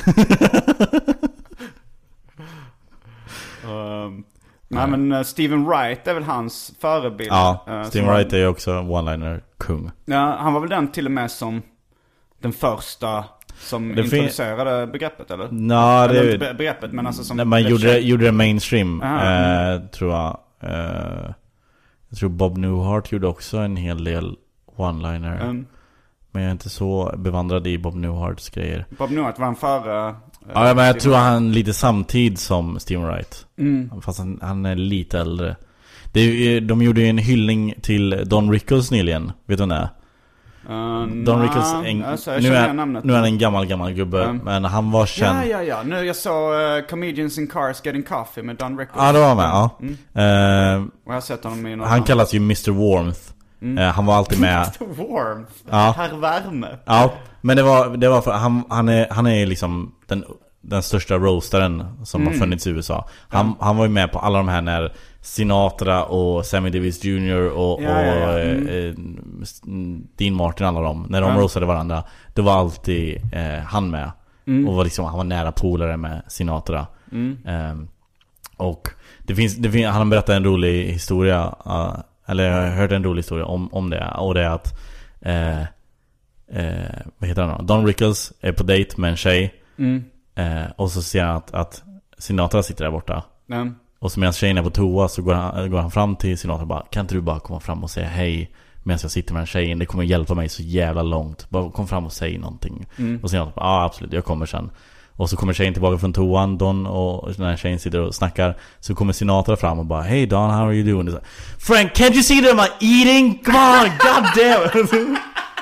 um, nej, men uh, Steven Wright är väl hans förebild. Ja, uh, Steven Wright är ju också one-liner kung. Ja, han var väl den till och med som den första som det introducerade fin- begreppet, eller? Nå, det inte be- begreppet, men alltså som... Nej, man gjorde det, gjorde det mainstream, uh, tror jag. Uh, jag tror Bob Newhart gjorde också en hel del one-liner. Mm. Men jag är inte så bevandrad i Bob Newharts grejer. Bob Newhart var han före... Uh, ja, men jag tror han lite samtid som Steven Wright. Mm. Fast han, han är lite äldre. Det är, de gjorde ju en hyllning till Don Rickles nyligen. Vet du det? Uh, Don Rickles en, alltså, nu, är, nu är han en gammal gammal gubbe, um, men han var känd. Ja, ja, ja. Nu jag såg uh, Comedians in Cars Getting Coffee med Don Rickles. Ja, det var med, ja. Mm. Uh, Och jag har sett honom i någon han kallas ju mister Warmth. Mm. Uh, han var alltid med. mister Warmth. Ja. Herr Värme. Ja, men det var, det var för han, han, är, han är liksom den, den största roastaren som mm. har funnits i U S A. Han, mm. han var ju med på alla de här när Sinatra och Sammy Davis junior och, ja, ja, ja. och mm. eh, Dean Martin, alla dem. När de mm. roastade varandra, det var alltid eh, han med. Mm. Och var liksom, han var nära polare med Sinatra. Mm. Um, och det finns, det finns, han har berättat en rolig historia, uh, eller jag har hört en rolig historia om, om det. Och det är att eh, eh, vad heter han då? Don Rickles är på dejt med en tjej. Mm. Eh, och så ser han att, att Sinatra sitter där borta. Mm. Och så medan tjejen är på toa så går han, går han fram till Sinatra och bara, kan inte du bara komma fram och säga hej medan jag sitter med den tjejen? Det kommer hjälpa mig så jävla långt. Bara kom fram och säg någonting. Mm. Och Sinatra bara, ja absolut, jag kommer sen. Och så kommer tjejen tillbaka från toan, Don, och den här tjejen sitter och snackar. Så kommer Sinatra fram och bara, hey Don, how are you doing? Så, Frank, can't you see them eating? Come on, god damn.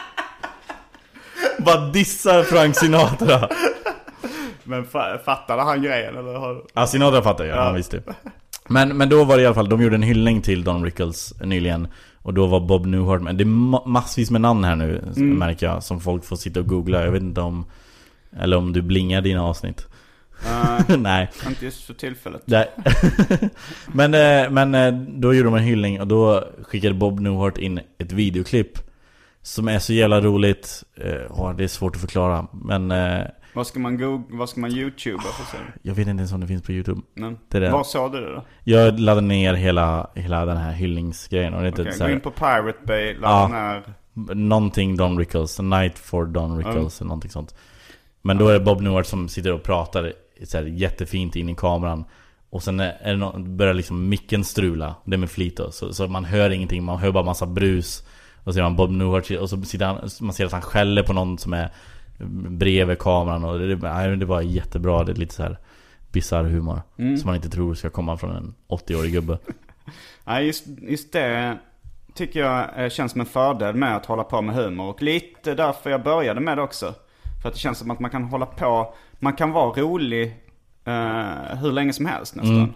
Bara dissar Frank Sinatra. Men fattade han grejen? Eller har... Ja, Sinatra fattar jag, ja. Han visste. Men, men då var det i alla fall, de gjorde en hyllning till Don Rickles nyligen. Och då var Bob Newhart med. Det är ma- massvis med namn här nu, mm. märker jag, som folk får sitta och googla. Jag vet inte om, eller om du blingar dina avsnitt. Uh, Nej, inte just för tillfället. Nej. men, men då gjorde de en hyllning. Och då skickade Bob Newhart in ett videoklipp som är så jävla roligt. uh, Det är svårt att förklara. Men Vad ska man go- vad ska man YouTubea för sig? Jag vet inte ens om det finns på YouTube. Nej. Det är det. Vad sa du då? Jag laddade ner hela, hela den här hyllningsgrejen. Och det är okay, inte så här... Gå in på Pirate Bay, ladda ja, ner. Någonting Don Rickles, A Night for Don Rickles, mm. eller någonting sånt. Men då är det Bob Newhart som sitter och pratar så här jättefint in i kameran. Och sen är det no- börjar liksom micken strula. Det är med flit då. Så, så man hör ingenting, man hör bara massa brus. Och så ser man Bob Newhart, och så sitter han, man ser att han skäller på någon som är bredvid kameran. Och det, det, det var jättebra. Det är lite så här bizarr humor, mm. som man inte tror ska komma från en åttio-årig gubbe. Nej, just, just det tycker jag känns som en fördel med att hålla på med humor. Och lite därför jag började med det också. För att det känns som att man kan hålla på, man kan vara rolig uh, hur länge som helst nästan. Mm.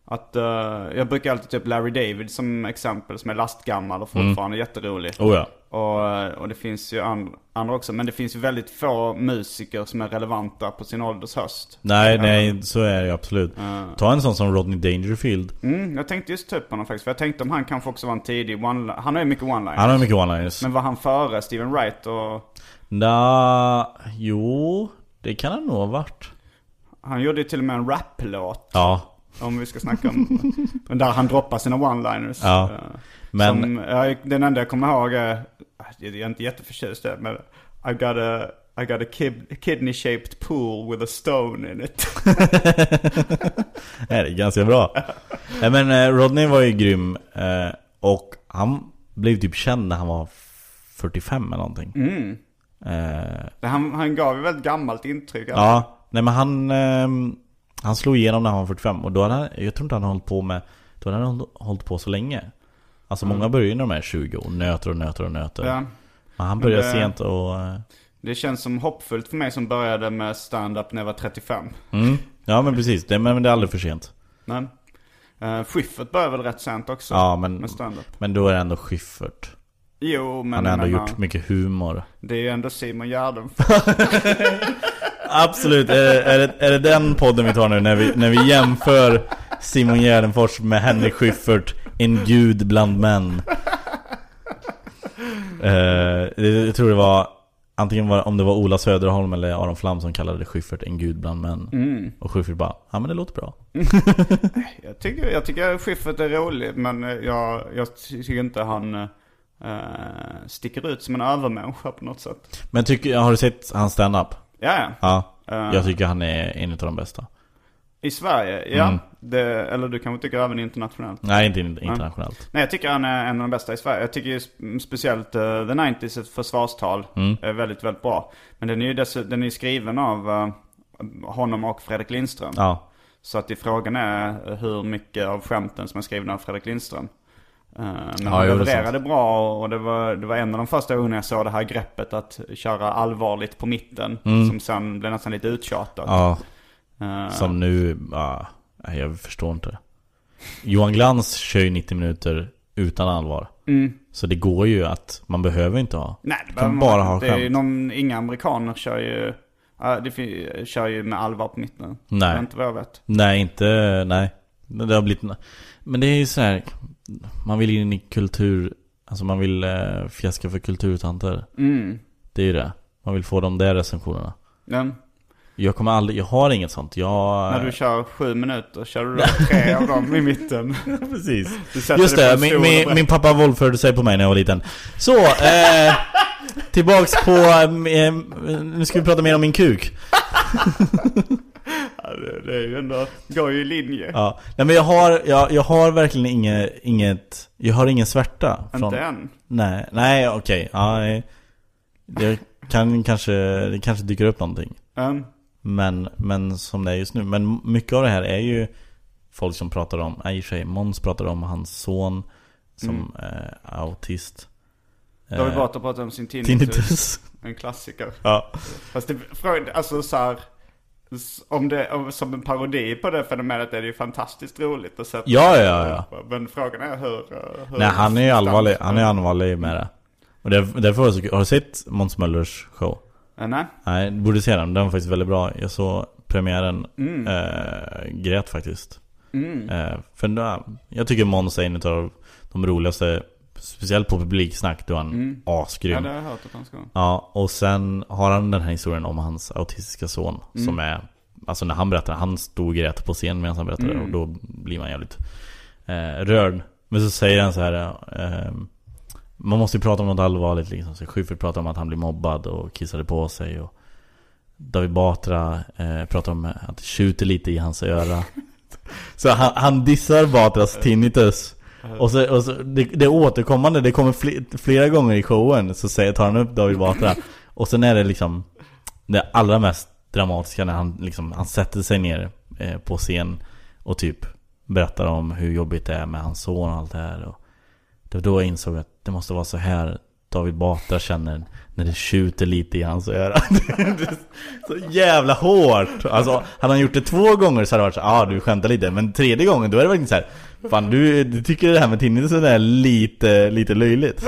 Att, uh, jag brukar alltid typ Larry David som exempel, som är lastgammal och fortfarande mm. jätterolig. Oh ja. Och, och det finns ju and, andra också. Men det finns ju väldigt få musiker som är relevanta på sin ålders höst. Nej, uh, nej, så är det absolut. Uh, Ta en sån som Rodney Dangerfield. Mm, jag tänkte just typ på honom faktiskt. För jag tänkte om han kanske också var en tidig one. Han har ju mycket one-liners. Han har mycket one-liners. Men var han före Steven Wright och... Nja, jo, det kan han nog ha varit. Han gjorde ju till och med en rap-låt. Ja. Om vi ska snacka om där han droppar sina one-liners. Ja. Men som, ja, den enda jag kommer ihåg är, jag är inte jätteförtjust det, men I got a I got a kid, kidney-shaped pool with a stone in it. Det är ganska bra. Nej, men eh, Rodney var ju grym eh, och han blev typ känd när han var fyrtiofem eller någonting. Mm. Eh, han, han gav ju väldigt gammalt intryck. Ja, alltså. Nej men han eh, han slog igenom när han var fyrtiofem och då hade han, jag tror inte han hade hållit på med då hade han hållit på så länge. Alltså mm. många börjar ju när de är tjugo och nöter och nöter och nöter. Ja. Men han började det, sent och det känns som hoppfullt för mig som började med stand-up när jag var trettiofem. Mm. Ja men precis, det, men det är aldrig för sent. Nej. Uh, Schyffert började väl rätt sent också. Ja, men, med stand-up. Men då är det ändå Schyffert. Jo, men han har ändå men, gjort mycket humor. Det är ju ändå Simon Gärdenfors. Absolut, är det, är, det, är det den podden vi tar nu när vi, när vi jämför Simon Gärdenfors med Henrik Schyffert, en gud bland män. uh, Jag tror det var antingen var, om det var Ola Söderholm eller Aron Flam som kallade det Schyffert en gud bland män. Mm. Och Schyffert bara, ja men det låter bra. jag, tycker, jag tycker Schyffert är rolig, men jag, jag tycker inte han uh, sticker ut som en övermänniska på något sätt. Men tycker, har du sett hans stand-up? Ja, ja. Uh, jag tycker han är en av de bästa. I Sverige, ja. Mm. Det, eller du kanske tycker även internationellt. Nej, inte internationellt. Mm. Nej, jag tycker han är en av de bästa i Sverige. Jag tycker speciellt uh, The nittiotalet, ett försvarstal, mm. är väldigt, väldigt bra. Men den är ju dess, den är skriven av uh, honom och Fredrik Lindström. Ja. Så att i frågan är hur mycket av skämten som är skrivna av Fredrik Lindström. Uh, men ja, han levererade bra, och det var, det var en av de första gångerna jag såg det här greppet att köra allvarligt på mitten, mm. som sen blev nästan lite uttjatat. Ja. Uh, som nu, ja, jag förstår inte. Johan Glans kör ju nittio minuter utan allvar. Mm. Så det går ju att man behöver inte ha. Nej, det kan man, bara ha det är någon, inga amerikaner kör ju uh, det kör ju med allvar på mitten. Nej. Det är inte vad jag vet. Nej, inte, nej. Det har blivit, men det är ju så här, man vill in i kultur, alltså man vill uh, fjäska för kulturtanter. Mm. Det är ju det. Man vill få de där recensionerna. Ja. Jag kommer aldrig, jag har inget sånt. Jag... När du kör sju minuter kör du då tre av dem i mitten. Precis. Just det, min, min, min pappa våldförde sig på mig när jag var liten. Så, eh, tillbaks på eh, nu ska vi prata mer om min kuk. Ja, det, det är ju ändå, går ju i linje. Ja. Nej, men jag har, jag, jag har verkligen inget, inget, jag har ingen svärta. Inte från, än? Nej, nej okej. Okay. Ja, det kan kanske, det kanske dyker upp någonting. Mm. Men, men som det är just nu. Men mycket av det här är ju folk som pratar om, nej, i och för sig, Måns pratar om hans son som mm. är autist. Då har vi bara pratat om sin tinnitus. tinnitus. En klassiker. Ja. Fast det, alltså så här, om det, om, som en parodi på det fenomenet är det ju fantastiskt roligt att sätta. Ja, ja, ja. Men frågan är hur... hur nej, han är ju allvarlig, han är allvarlig med det. Och därför, därför har du sett Måns Möllers show? Äh, nej. Nej, du borde se den. Den var faktiskt väldigt bra. Jag såg premiären. Mm. äh, Grät faktiskt. Mm. äh, För då, jag tycker Måns är en av de roligaste, speciellt på publiksnack. Då är han mm. asgrym. Ja, det har jag hört att han ska. Ja, och sen har han den här historien om hans autistiska son, mm. som är, alltså när han berättar, han stod och grät på scen medan han berättade, mm. och då blir man jävligt äh, rörd. Men så säger han så här, äh, man måste ju prata om något allvarligt liksom. Så Schyffert pratar om att han blir mobbad och kissade på sig, och David Batra eh, pratar om att det tjuter lite i hans öra. Så han, han dissar Batras tinnitus. Och så, och så det, det är återkommande, det kommer fl- flera gånger i showen. Så säger, tar han upp David Batra. Och sen är det liksom det allra mest dramatiska när han, liksom, han sätter sig ner eh, på scen och typ berättar om hur jobbigt det är med hans son och allt det här. Och det var då jag insåg att det måste vara så här David Batra känner när det skjuter lite i hans öra. Så jävla hårt. Alltså, hade han gjort det två gånger så hade det varit så, ja ah, du skämtar lite. Men tredje gången, då är det verkligen så här, fan du, du tycker det här med tinnitus är lite, lite löjligt.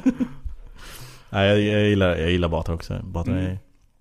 Nej, jag, jag, gillar, jag gillar Batra också. Batra är... mm.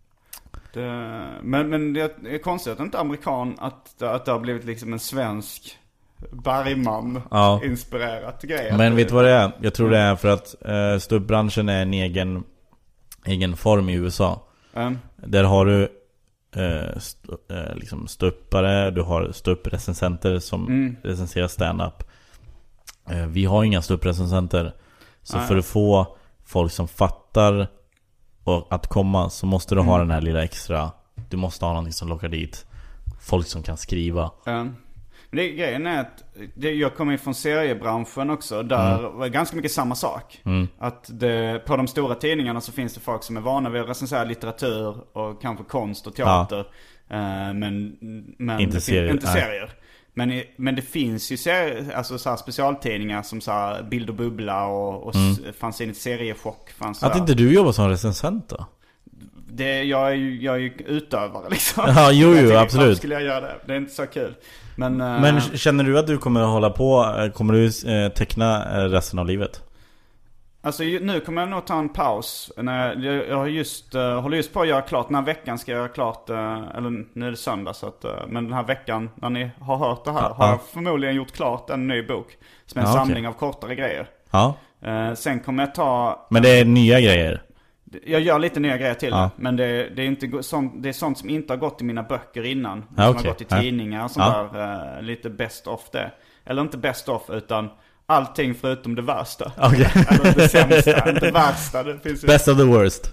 det, men, men det är konstigt att inte amerikan, att, att det har blivit liksom en svensk Bergman ja. inspirerat grej. Men vet du vad det är? Jag tror det är för att uh, ståuppbranschen är en egen egen form i U S A. Mm. Där har du uh, st- uh, liksom ståuppare, du har ståupprecensenter som mm. recenserar stand-up. Uh, vi har inga ståupprecensenter. Så Nej. för att få folk som fattar och att komma så måste du mm. ha den här lilla extra. Du måste ha någonting som lockar dit folk som kan skriva. Mm. Det, grejen är att det, jag kommer från seriebranschen också. Där mm. var ganska mycket samma sak. Mm. Att det, på de stora tidningarna så finns det folk som är vana vid att recensera litteratur och kanske konst och teater. Ja. Uh, men men inte serier. Inte serier. Men, men det finns ju serier, alltså så här specialtidningar som så här Bild och Bubbla och, och mm. fanns in ett seriechock. Fanns att inte du jobbar som recensent då? Det, jag, är ju, jag är ju utövare liksom. Ja, jo, jo, absolut. Varför skulle jag göra det? Det är inte så kul. Men, Men uh, känner du att du kommer att hålla på, kommer du uh, teckna resten av livet? Alltså nu kommer jag nog ta en paus. När jag, jag har just, uh, håller just på att göra klart. Den här veckan ska jag göra klart, uh, eller nu är det söndag så att, uh, men den här veckan när ni har hört det här ja, har jag förmodligen gjort klart en ny bok. Som är en ja, samling okay. av kortare grejer. Ja. Uh, sen kommer jag ta... Men det är nya grejer? Jag gör lite nya grejer till ja. det. Men det, det, är inte sånt, det är sånt som inte har gått i mina böcker innan. Ja, som okay. har gått i tidningar och sånt ja. där. Uh, lite best of det. Eller inte best of utan allting förutom det värsta. Okay. Eller det sämsta. Inte värsta. Det finns best ju... of the worst.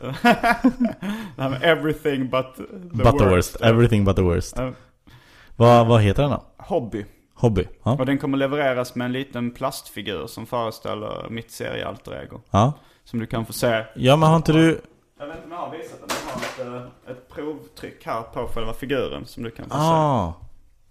Everything but the but worst. The worst. Everything but the worst. Uh, vad, vad heter den då? Hobby. Hobby. Ja. Och den kommer levereras med en liten plastfigur som föreställer mitt seriealter ego. Ja. Som du kan få se. Ja, men har inte du... Jag vet inte om jag har visat den. Jag har ett, ett provtryck här på själva figuren som du kan få ah. se.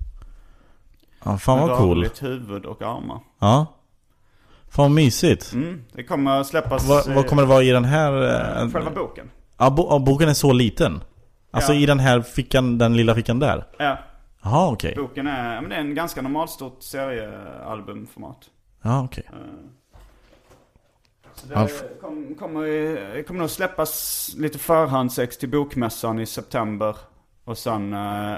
Ja, fan vad cool. Med huvud och armar. Ja. Fan vad mysigt. Mm, det kommer släppas... Va, vad kommer det vara i den här... Äh, själva boken. Ja, bo, boken är så liten. Alltså ja. i den här fickan, den lilla fickan där. Ja. Jaha, okej. Okay. Boken är, men det är en ganska normalstort seriealbumformat. Ja, okej. Okay. Uh. Så det kommer, kommer, kommer nog släppas lite förhandsex till bokmässan i september. Och sen äh,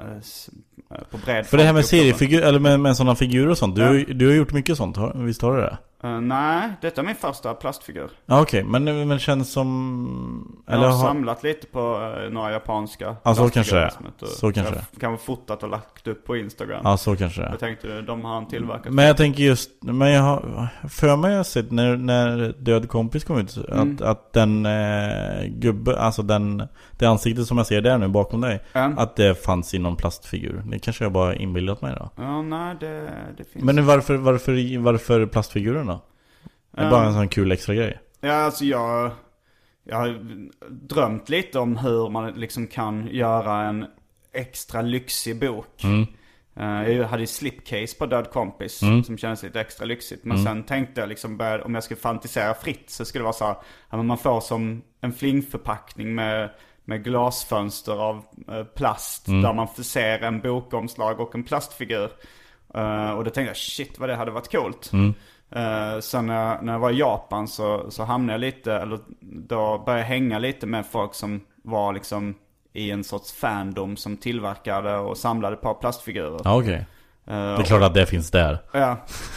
på bred. För det här med seriefigur eller med, med sådana figurer och sånt. Du, ja. du har gjort mycket sånt, visst har du det? Uh, nej, detta är min första plastfigur. Ja, okej, okay. men, men känns som... Eller jag har, har samlat lite på uh, några japanska. Ja, så kanske det. Så kanske det. Kanske fotat och lagt upp på Instagram. Ja, så kanske det. Jag tänkte, de har en tillverkat. Men jag tänker just, men jag har för mig har sett när, när Död kompis kom ut mm. att, att den eh, gubbe, alltså den, det ansiktet som jag ser där nu bakom dig, mm. att det fanns i någon plastfigur. Det kanske jag bara inbillat mig då. Ja, nej, det, det finns. Men varför, varför, varför plastfigurerna? Det är um, bara en sån kul extra grej. Ja, alltså jag, jag har drömt lite om hur man liksom kan göra en extra lyxig bok. Mm. Uh, jag hade ju slipcase på Död kompis mm. som kändes lite extra lyxigt. Men mm. sen tänkte jag liksom, började, om jag skulle fantisera fritt så skulle det vara så här, att man får som en flingförpackning med, med glasfönster av uh, plast. Mm. Där man förser en bokomslag och en plastfigur. Uh, och då tänkte jag, shit vad det hade varit coolt. Mm. Uh, sen när, när jag var i Japan så, så hamnade jag lite, eller då började jag hänga lite med folk som var liksom i en sorts fandom som tillverkade och samlade på plastfigurer. Ja, okej. Okay. Uh, det är klart och, att det finns där. Ja.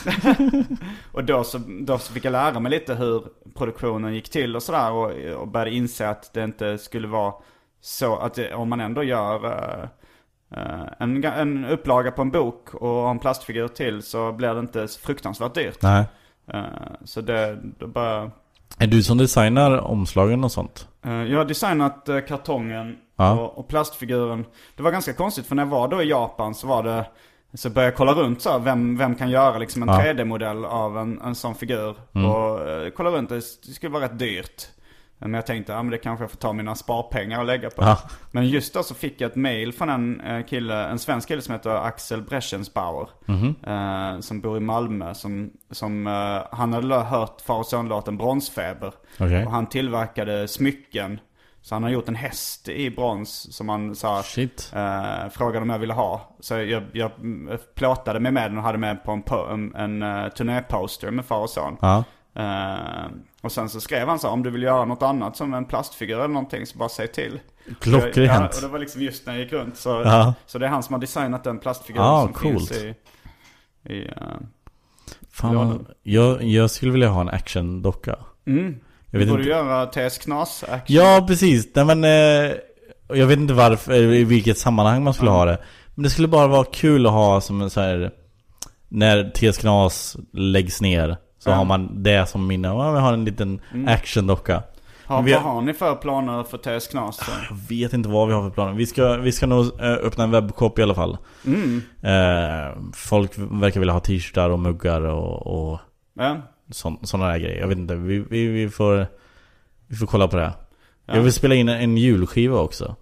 Och då så, då så fick jag lära mig lite hur produktionen gick till och sådär. Och, och började inse att det inte skulle vara så att det, om man ändå gör... Uh, Uh, en, en upplaga på en bok och en plastfigur till så blir det inte så fruktansvärt dyrt. Nej. Uh, så det, det bara... Är du som designar omslagen och sånt? Uh, jag har designat uh, kartongen ja. och, och plastfiguren. Det var ganska konstigt för när jag var då i Japan så var det så började jag kolla runt så här, vem, vem kan göra liksom en ja. tre D-modell av en, en sån figur. Mm. Och uh, kolla runt, det, det skulle vara rätt dyrt. Men jag tänkte, ja men det kanske jag får ta mina sparpengar och lägga på. Ja. Men just då så fick jag ett mail från en kille, en svensk kille som heter Axel Breschensbauer. Mm-hmm. eh, som bor i Malmö. Som, som eh, han hade hört Far och son-låten Bronsfeber. Okay. Och han tillverkade smycken. Så han har gjort en häst i brons som han sa, eh, frågade om jag ville ha. Så jag, jag plåtade mig med den och hade med på en, en, en, en turnéposter med Far och son. Ja. Uh, och sen så skrev han så, om du vill göra något annat som en plastfigur eller någonting, så bara säg till. Klockrent. Ja, och det var liksom just när jag gick runt. Så, ja. så det är han som har designat den plastfiguren ah, som coolt. finns i... i uh, Fan, jag, jag skulle vilja ha en action-docka. Mm. Jag vet borde inte. göra T S Knas action. Ja, precis. Nej, men, eh, jag vet inte varför, i vilket sammanhang man skulle mm. ha det. Men det skulle bara vara kul att ha som en så här, när T S Knas läggs ner. Så mm. har man det som minne. Ja, vi har en liten mm. action-docka. Ja, vad har ni för planer för T S Knas? Så? Jag vet inte vad vi har för planer. Vi ska, vi ska nog öppna en webbshop i alla fall. Mm. Eh, folk verkar vilja ha t-shirtar och muggar och, och ja. sådana där grejer. Jag vet inte. Vi, vi, vi, får, vi får kolla på det. Ja. Jag vill spela in en, en julskiva också.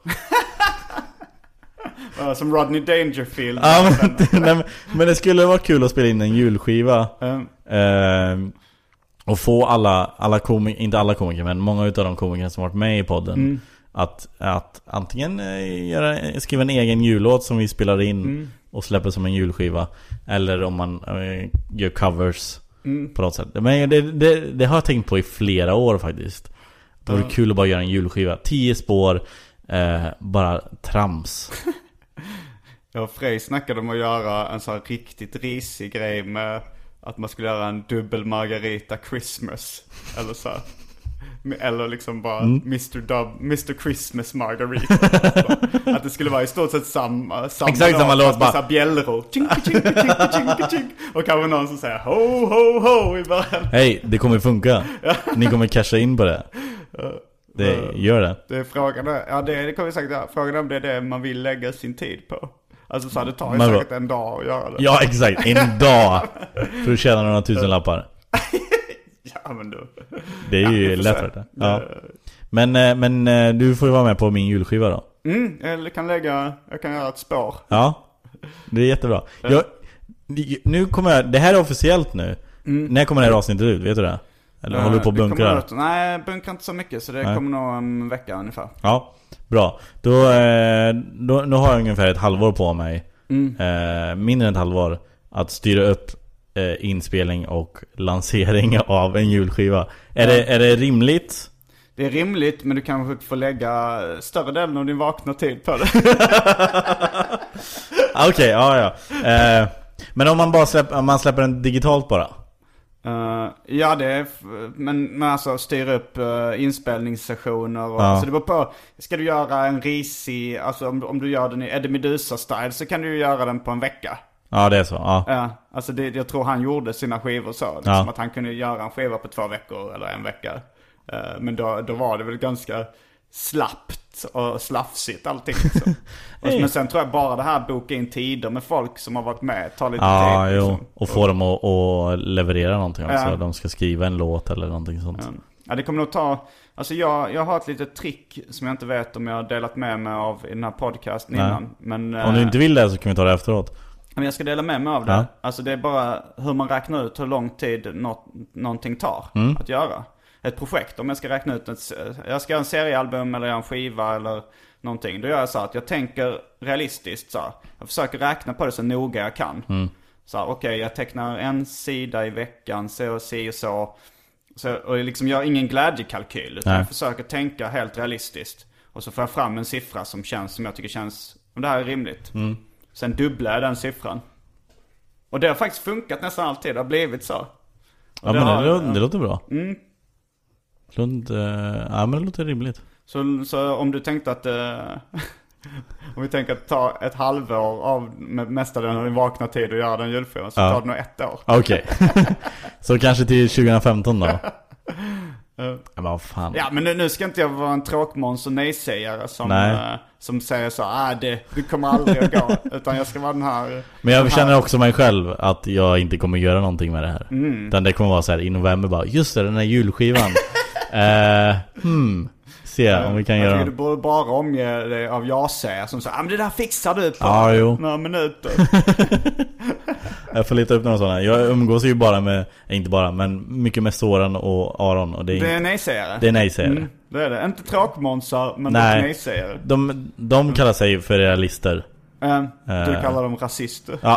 Som Rodney Dangerfield. Ja, men, nej, men det skulle vara kul att spela in en julskiva. Mm. Eh, och få alla, alla komiker, inte alla komiker, men många av de komiker som varit med i podden mm. att, att antingen göra, skriva en egen jullåt som vi spelar in mm. och släpper som en julskiva, eller om man äh, gör covers mm. på något sätt. Men det, det, det har jag tänkt på i flera år faktiskt. Det vore mm. kul att bara göra en julskiva. Tio spår, eh, bara trams. Jag och Frej snackade om att göra en sån här riktigt risig grej med att man skulle göra en dubbel margarita Christmas. Eller så. Eller liksom bara mm. mister Dub, mister Christmas Margarita. Att det skulle vara i stort sett samma, samma exakt samma låt, bara bjällror. Och kanske någon som säger ho ho ho i början. Hej, det kommer funka. Ni kommer casha in på det. Det gör det. Det är frågan. Ja, det, det kommer säkert. Ja, frågan om det är det man vill lägga sin tid på. Alltså så det tar ju säkert en dag att göra det. Ja, exakt. En dag. För att tjäna några tusen lappar. Ja, men du. Det är ju ja, lätt det. Ja. Men, men du får ju vara med på min julskiva då. Mm, jag kan lägga, jag kan göra ett spår. Ja, det är jättebra. Jag, nu kommer jag, det här är officiellt nu. Mm. När kommer det här avsnittet ut, vet du det? Eller håller du på att bunkra? Nej, bunkra inte så mycket, så det Nej. kommer nog en vecka ungefär. Ja, bra. Då, då, då har jag ungefär ett halvår på mig. Mm. Eh, mindre än ett halvår att styra upp eh, inspelning och lansering av en julskiva. Är, ja. det, är det rimligt? Det är rimligt, men du kanske får lägga större delen av din vakna tid på det. Okej, okay, ja, ja. Eh, men om man bara släpper, om man släpper den digitalt bara? Uh, ja, det är men, men alltså styra upp uh, inspelningssessioner och, ja. Så det beror på, ska du göra en risig, alltså om, om du gör den i Eddie Meduza-style så kan du ju göra den på en vecka. Ja, det är så, ja. uh, Alltså det, jag tror han gjorde sina skivor så liksom, ja. Att han kunde göra en skiva på två veckor eller en vecka. uh, Men då, då var det väl ganska slappt och slafsigt allting liksom. Hey. Men sen tror jag bara det här boka in tider med folk som har varit med tar lite ah, tid liksom. Och få dem att, att leverera någonting också. Ja. De ska skriva en låt eller någonting sånt. Ja, ja det kommer nog ta. Alltså jag, jag har ett litet trick som jag inte vet om jag har delat med mig av i den här podcasten innan. Men, om du inte vill det så kan vi ta det efteråt. Men jag ska dela med mig av det. Ja. Alltså det är bara hur man räknar ut hur lång tid något, någonting tar mm. att göra. Ett projekt, om jag ska räkna ut ett, jag ska göra en seriealbum eller en skiva eller någonting, då gör jag så att jag tänker realistiskt så här. Jag försöker räkna på det så noga jag kan. Mm. Så okej, okay, jag tecknar en sida i veckan, så och så och så. Så och jag liksom gör ingen glädjekalkyl, utan Nej. jag försöker tänka helt realistiskt. Och så får jag fram en siffra som känns, som jag tycker känns, om det här är rimligt. Mm. Sen dubblar jag den siffran. Och det har faktiskt funkat nästan alltid, det har blivit så. Och ja, det men har, det, låter, det låter bra. Mm. Lund, uh, ja, men det låter rimligt. Så, så om du tänkte att uh, om vi tänker att ta ett halvår av med mestadelen av din vakna tid och göra den julskivan, så ja. tar det nog ett år. Okej. Okay. Så kanske till tjugo femton då. Uh. Men vad fan. Ja, men nu, nu ska inte jag vara en tråkmåns och nej-sägare som, uh, som säger så, ah, det, det kommer aldrig att gå. Utan jag ska vara den här. Men jag känner här. också mig själv att jag inte kommer göra någonting med det här. Mm. Utan det kommer vara så här i november bara, just det, den här julskivan. Uh, hmm. Se om vi kan jag göra. Jag tycker du borde bara omge dig av ja-säger som säger, ah, men det där fixar du på ja, jo. några minuter. Jag får leta upp några sådana. Jag umgås ju bara med, inte bara, men mycket med Soran och Aron. Och det är, det är nej-sägare. Det är nej-sägare. Mm, det är det. Inte tråkmånsar, men nej, det är nej-sägare. De, de kallar sig för realister. Uh, du uh, kallar dem rasister. Ja.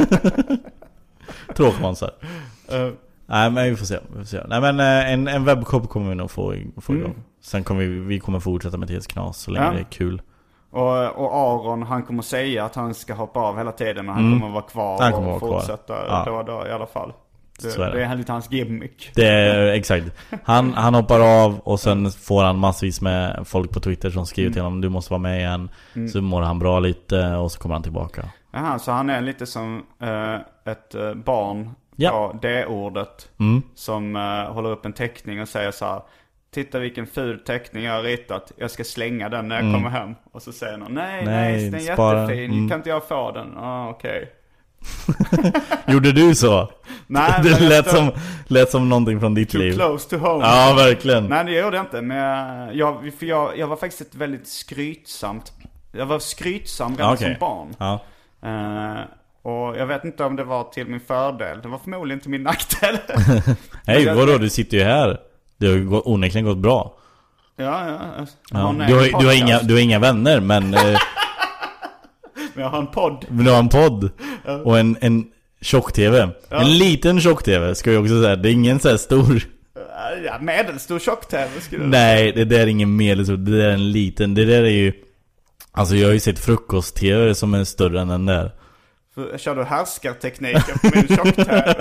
Tråkmånsar. Uh, Nej, men vi får se. Vi får se. Nej, men en, en webbshop kommer vi nog få, få igång. Mm. Sen kommer vi, vi kommer fortsätta med T S Knas så länge ja. det är kul. Och, och Aron, han kommer säga att han ska hoppa av hela tiden. Men han mm. kommer vara kvar han kommer och vara fortsätta kvar. Ja. då och då i alla fall. Det, det. det är lite hans gimmick. Det är exakt. Han, han hoppar av och sen får han massvis med folk på Twitter som skriver mm. till honom, du måste vara med igen. Mm. Så mår han bra lite och så kommer han tillbaka. Jaha, så han är lite som uh, ett uh, barn ja. på det ordet mm. som uh, håller upp en teckning och säger så här: titta vilken ful teckning jag har ritat, jag ska slänga den när jag mm. kommer hem. Och så säger någon, nej, nej, den är spara. jättefin, mm. kan inte jag få den? Ja, ah, okej okay. Gjorde du så? Nej, det lät som, lät som någonting från ditt too liv. Too close to home. Ja, verkligen. Nej, det gjorde jag inte. Men jag, för jag, jag var faktiskt ett väldigt skrytsamt. Jag var skrytsam redan okay. som barn. Ja. Uh, och jag vet inte om det var till min fördel. Det var förmodligen till min nackdel. Hej, vadå? Du sitter ju här. Det har ju onekligen gått bra. Ja, ja. ja. Du, har, du, har inga, du har inga vänner, men... Eh, men jag har en podd. Men du har en podd. Ja. Och en, en tjock-tv. Ja. En liten tjock-tv, ska jag också säga. Det är ingen så här stor... Ja, medelstor tjock-tv skulle jag Nej, det där är ingen medelstor. Det där är en liten. Det där är ju... Alltså jag har ju sett frukost-tv som är större än den där. För, kör du härskartekniken på min tjock-tv?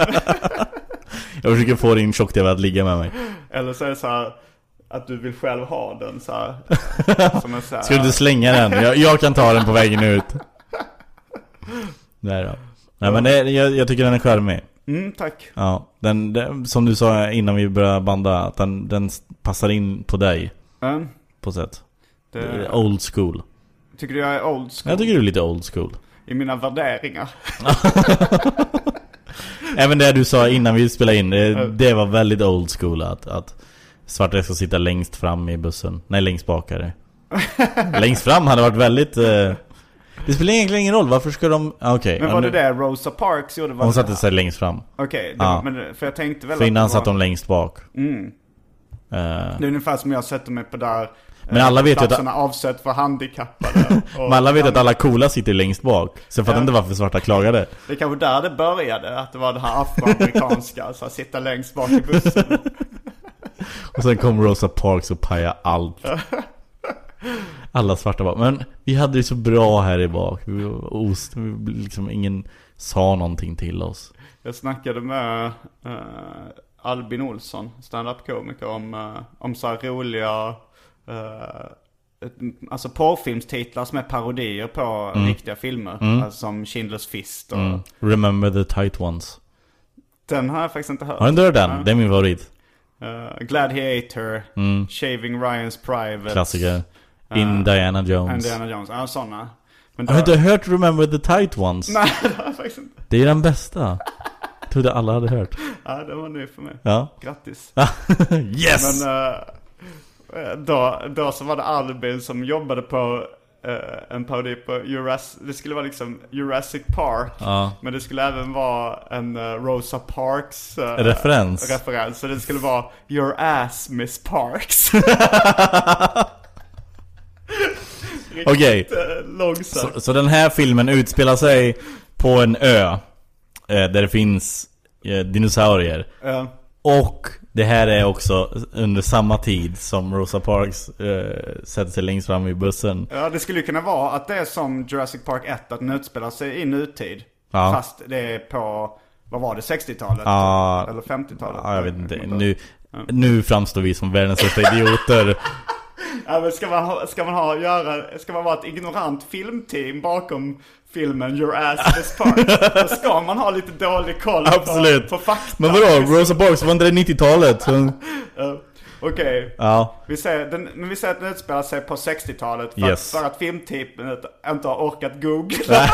Jag försöker få din tjock-tv att ligga med mig. Eller så är det så här att du vill själv ha den så här, som en så här... Ska du inte slänga den? Jag, jag kan ta den på vägen ut. Nej då. Nej, men det, jag, jag tycker den är charmig. Mm, tack. Ja, den, den, som du sa innan vi började banda, att den, den passar in på dig. Mm. På sätt. Det... Det är old school. Tycker du jag är old school? Jag tycker du är lite old school. I mina värderingar. Även det du sa innan vi spelade in, det, det var väldigt old school att, att svarta ska sitta längst fram i bussen. Nej, längst bak är det. Längst fram hade varit väldigt... Eh, det spelar egentligen ingen roll, varför ska de... Ah, okay. Men var det där Rosa Parks gjorde? Hon satte sig längst fram. Okej, okay, ja. Men för jag tänkte väl... För innan var... satt de längst bak. Mm. Uh, det är ungefär som jag sätter mig på där... Men alla vet ju att... avsett för handikappade. Men alla vet att alla coola sitter längst bak. Så jag fattar ja. inte varför svarta klagade. Det är kanske där det började. Att det var det här afroamerikanska. Så att sitta längst bak i bussen. Och sen kom Rosa Parks och paja allt. Alla svarta var. Men vi hade det så bra här i bak. Vi var ost, vi liksom ingen sa någonting till oss. Jag snackade med uh, Albin Olsson, stand-up-komiker, om, uh, om så här roliga... Uh, alltså porrfilmstitlar som är parodier på mm. riktiga filmer. Mm. Alltså som Schindler's Fist och... Mm. Remember the Tight Ones. Den har jag faktiskt inte hört. Har du inte hört den? Ja. Det är min favorit. uh, Gladiator, mm. Shaving Ryan's Private. Klassiker. In uh, Diana Jones. Indiana Jones, ja sådana. Men då... Har du inte hört Remember the Tight Ones? Nej, det har jag faktiskt inte. Det är den bästa. Jag trodde alla hade hört. Ja, det var ny för mig. Ja. Grattis. Yes! Men uh, då, då så var det Albin som jobbade på uh, en parodi på Jurassic. Det skulle vara liksom Jurassic Park. Ja. Men det skulle även vara en uh, Rosa Parks uh, referens. referens. Så det skulle vara Your Ass Miss Parks. Okej, okay. så, så den här filmen utspelar sig på en ö eh, där det finns eh, dinosaurier. Ja. Och det här är också under samma tid som Rosa Parks eh, sätter sig längst fram i bussen. Ja, det skulle kunna vara att det är som Jurassic Park ett, att den utspelar sig i nutid. Ja. Fast det är på, vad var det, sextiotalet? Ja. Eller femtiotalet? Ja, jag vet inte. Nu, nu framstår vi som världens största idioter. Ja, men ska man ha, ska man ha göra, ska man vara ett ignorant filmteam bakom filmen Your Ass Miss Park, då ska man ha lite dålig koll på, Absolut. på fakta. Men vadå, Rosa Parks var inte det nittiotalet? Så... uh, Okej, okay. Ja. vi säger, den, men vi säger att den utspelar sig på sextiotalet för, yes. för att filmteamet inte har orkat googla.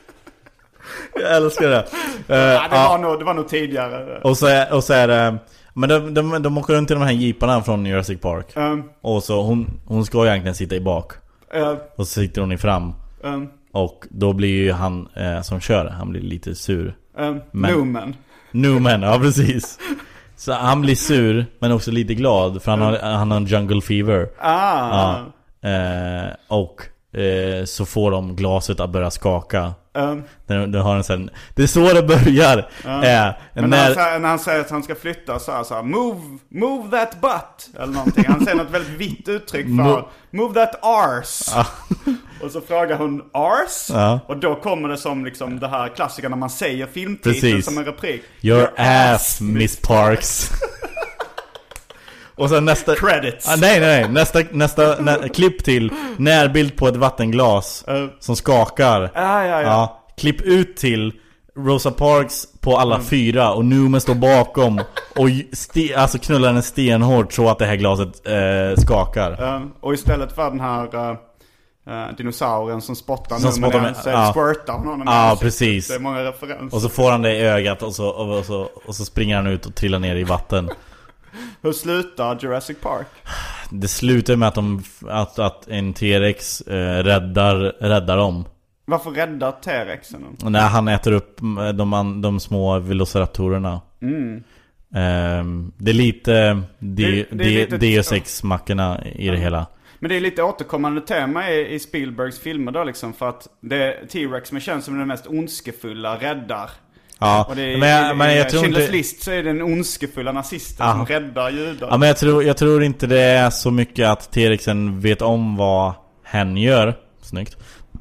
Jag älskar det. Uh, ja, det, ja. var nog, det var nog tidigare. Och så är, och så är det Men de, de, de åker runt i de här jeeparna från Jurassic Park. Um, och så hon, hon ska egentligen sitta i bak. Uh, och så sitter hon i fram. Um, och då blir ju han eh, som kör, han blir lite sur. Um, men, Newman. Newman, ja precis. Så han blir sur, men också lite glad. För han har, han har en jungle fever. Ah. Ja. Eh, och eh, så får de glaset att börja skaka. Um, den, den har en sån, det är så det börjar. um, eh, Men när, när, han, när han säger att han ska flytta så här, så här move, move that butt eller någonting. Han säger något väldigt vitt uttryck för Mo- move that arse. Ja. Och så frågar hon arse. Ja. Och då kommer det som liksom det här klassiska när man säger filmtiteln. Precis. Som en replik. Your, Your ass, ass Miss Parks. Och sen nästa credits. Ah, nej nej nej, nästa nästa nä, klipp till närbild på ett vattenglas uh. som skakar. Ah, ja, ja. Ja, klipp ut till Rosa Parks på alla mm. fyra och Newman står bakom och st- alltså knullar den stenhårt så att det här glaset eh, skakar. Um, och istället för den här uh, uh, dinosaurien som spottar som Newman med, så ja. squirtar hon honom. Ja, precis. Det är många referenser. Och så får han det i ögat och så, och, och, så, och så springer han ut och trillar ner i vatten. Hur slutar Jurassic Park? Det slutar med att, de, att, att en T-Rex eh, räddar, räddar dem. Varför räddar T-Rexen? När han äter upp de, de små velociraptorerna. Mm. Eh, det är lite de, det, det de, Deus Ex-mackorna i det hela. Men det är lite återkommande tema i, i Spielbergs filmer då liksom. För att det, T-Rex som känns som den mest ondskefulla räddar. Ja, och det är, men jag, men jag tror Schindler's inte... list så är det en ondskefulla nazisten som räddar judar. Ja, men jag tror, jag tror inte det är så mycket att T-Rexen vet om vad hen gör. Snyggt.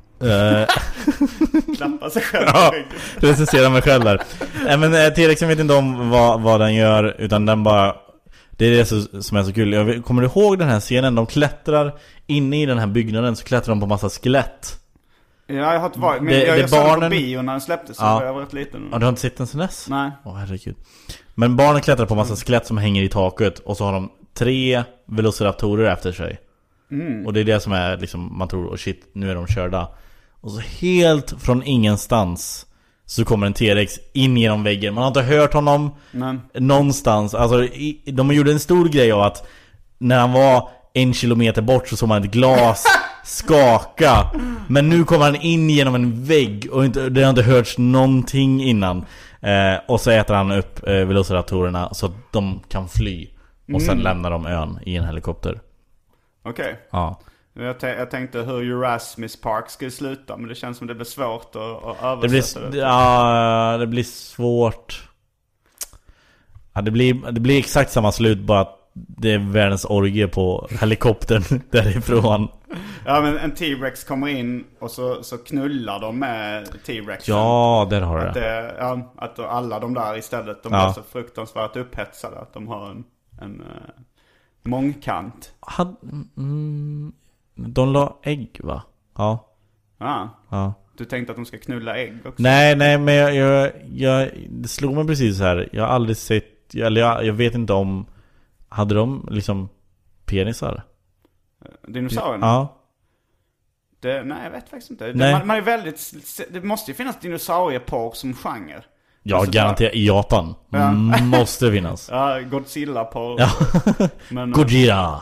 Klappa sig själv. Ja, recensera mig själv där. Nej, men T-Rexen vet inte om vad, vad den gör, utan den bara... Det är det som är så kul. Jag kommer du ihåg den här scenen? De klättrar inne i den här byggnaden, så klättrar de på massa skelett. Ja, jag har inte varit, men det, jag, det jag barnen... såg på bio bio när den släpptes, så ja. jag har varit liten. Ja, du har inte sett den sen dess? Nej. Åh, herregud. Men barnen klättrar på massa skelett som hänger i taket, och så har de tre velociraptorer efter sig. Mm. Och det är det som är liksom, man tror, oh shit, nu är de körda. Och så helt från ingenstans så kommer en T-Rex in genom väggen. Man har inte hört honom Nej. någonstans. Alltså, i, de gjorde en stor grej av att när han var en kilometer bort så såg man ett glas skaka. Men nu kommer han in genom en vägg och inte, det har inte hörts någonting innan. Eh, och så äter han upp eh, velociraptorerna så att de kan fly. Och sen mm. lämnar de ön i en helikopter. Okej. Okay. Ja. Jag, t- jag tänkte hur Jurassic Park skulle sluta, men det känns som det blir svårt att, att översätta det. Blir, det. Ja, det blir svårt. Ja, det blir, det blir exakt samma slut, bara att det är världens orgie på helikoptern därifrån. Ja, men en T-Rex kommer in och så, så knullar de med T-Rexen. Ja, där har du att det. Ja, att alla de där istället, de ja. är så fruktansvärt upphetsade att de har en, en uh, mångkant. Had, mm, de la ägg, va? Ja. Ah. Ja. Du tänkte att de ska knulla ägg också? Nej, nej, men jag, jag, jag det slog mig precis här. Jag har aldrig sett, eller jag, jag vet inte om, hade de liksom penisar? Dinosaurierna? Ja. Det, nej, jag vet faktiskt inte. Det, man, man är väldigt, det måste ju finnas dinosaurieporr som genre. Ja, alltså, garanterat i Japan. Ja. Måste finnas. Ja, Godzilla-porr. Ja. Men, Godzilla.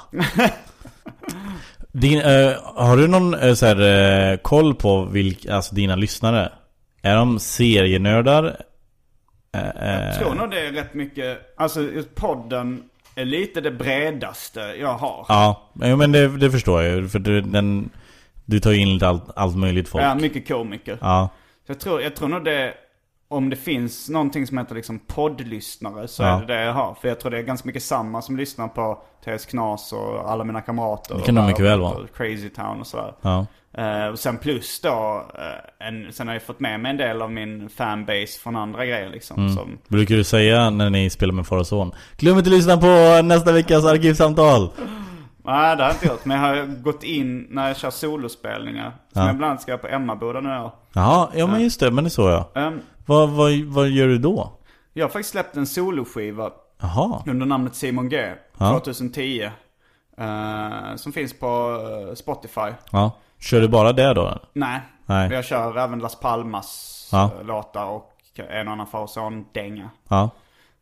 Din, uh, har du någon uh, så här, uh, koll på vilka, alltså dina lyssnare? Är de serienördar? Uh, jag tror nog det är rätt mycket. Alltså podden är lite det bredaste jag har. Ja, men det, det förstår jag. För du, den, du tar ju in lite allt, allt möjligt folk. Ja, mycket komiker. Ja. Så jag tror, jag tror nog det, om det finns någonting som heter liksom poddlyssnare, så ja. är det det jag har. För jag tror det är ganska mycket samma som lyssnar på T S Knas och alla mina kamrater. Det kan nog mycket väl vara. Crazy Town och sådär. Ja. Uh, och sen plus då, uh, en, sen har jag fått med mig en del av min fanbase från andra grejer liksom. Mm. Som... Brukar du säga när ni spelar med far och son: glöm inte att lyssna på nästa veckas arkivsamtal? Nej, det har jag inte gjort. Men jag har gått in när jag kör solospelningar. Som ja. jag bland annat ska på Emmaboda nu. Jaha, ja men just det, men det så jag. Um, vad, vad, vad gör du då? Jag har faktiskt släppt en soloskiva. Jaha. Under namnet Simon G. Ja. tjugohundratio. Uh, som finns på Spotify. Ja. Kör du bara det då? Nej. Nej. Jag kör även Las Palmas ja. låtar och en annan far och son dänga. Ja.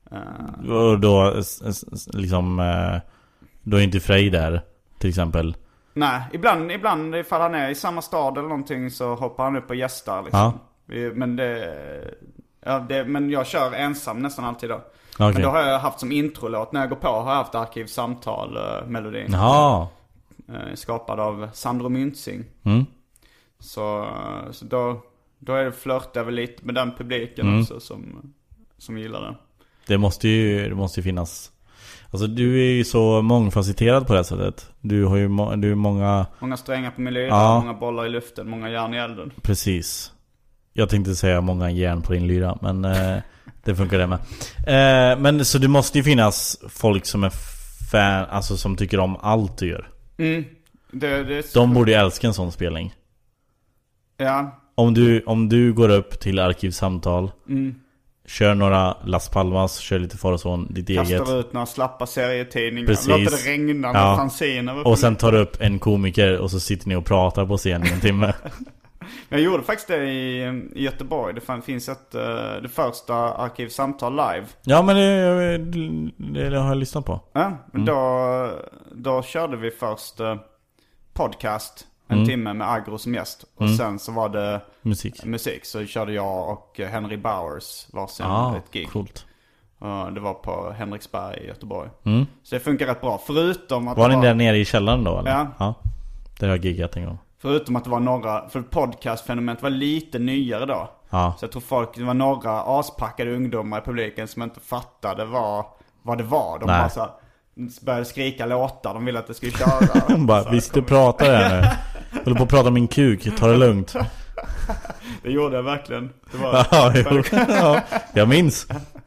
Uh, och då liksom då är inte Frej där till exempel. Nej, ibland, ibland ifall han är i samma stad eller någonting så hoppar han upp och gästar liksom. Ja. Men det, ja, det men jag kör ensam nästan alltid då. Okay. Men då har jag haft som introlåt när jag går på har jag haft Arkivsamtal uh, melodin. Ja. Uh, skapad av Sandro Myntzing. Mm. Så, så då då är det flört över lite med den publiken mm. också som som gillar den. Det måste ju det måste ju finnas. Alltså du är ju så mångfacetterad på det sättet. Du har ju må- du är många många strängar på min lyra, ja. många bollar i luften, många järn i elden. Precis. Jag tänkte säga många järn på din lyra, men eh, det funkar det med. Eh, men så det måste ju finnas folk som är fan, alltså som tycker om allt du gör. Mm. Det, det är så... De borde ju älska en sån spelning. Ja. Om du om du går upp till Arkivsamtal. Mm. Kör några Las Palmas, kör lite far och son, ditt kastar eget. Kastar ut några slappa serietidningar. Precis. Låter det regna med ja. fanziner. Och sen tar du upp en komiker och så sitter ni och pratar på scenen i en timme. Jag gjorde faktiskt det i, i Göteborg. Det finns ett, uh, det första Arkivsamtal live. Ja, men det, det, det har jag lyssnat på. Ja, men mm. då, då körde vi först uh, podcast. En mm. timme med Agro som gäst. Och mm. sen så var det musik. musik. Så körde jag och Henry Bowers varsin ah, ett gig. Coolt. Uh, det var på Henriksberg i Göteborg. Mm. Så det funkar rätt bra. Förutom att var ni var... där nere i källaren då? Eller? Ja. ja. Där har jag giggat en gång. Förutom att det var några... För podcastfenomenet var lite nyare då. Ja. Så jag tror folk... Det var några aspackade ungdomar i publiken som inte fattade vad, vad det var. De bara så här, började skrika låtar. De ville att det skulle köra. De bara, vi sitter och pratar här nu. Jag håller på att prata om min kuk, ta det lugnt. Det gjorde jag verkligen. Det var ja, ja, jag minns.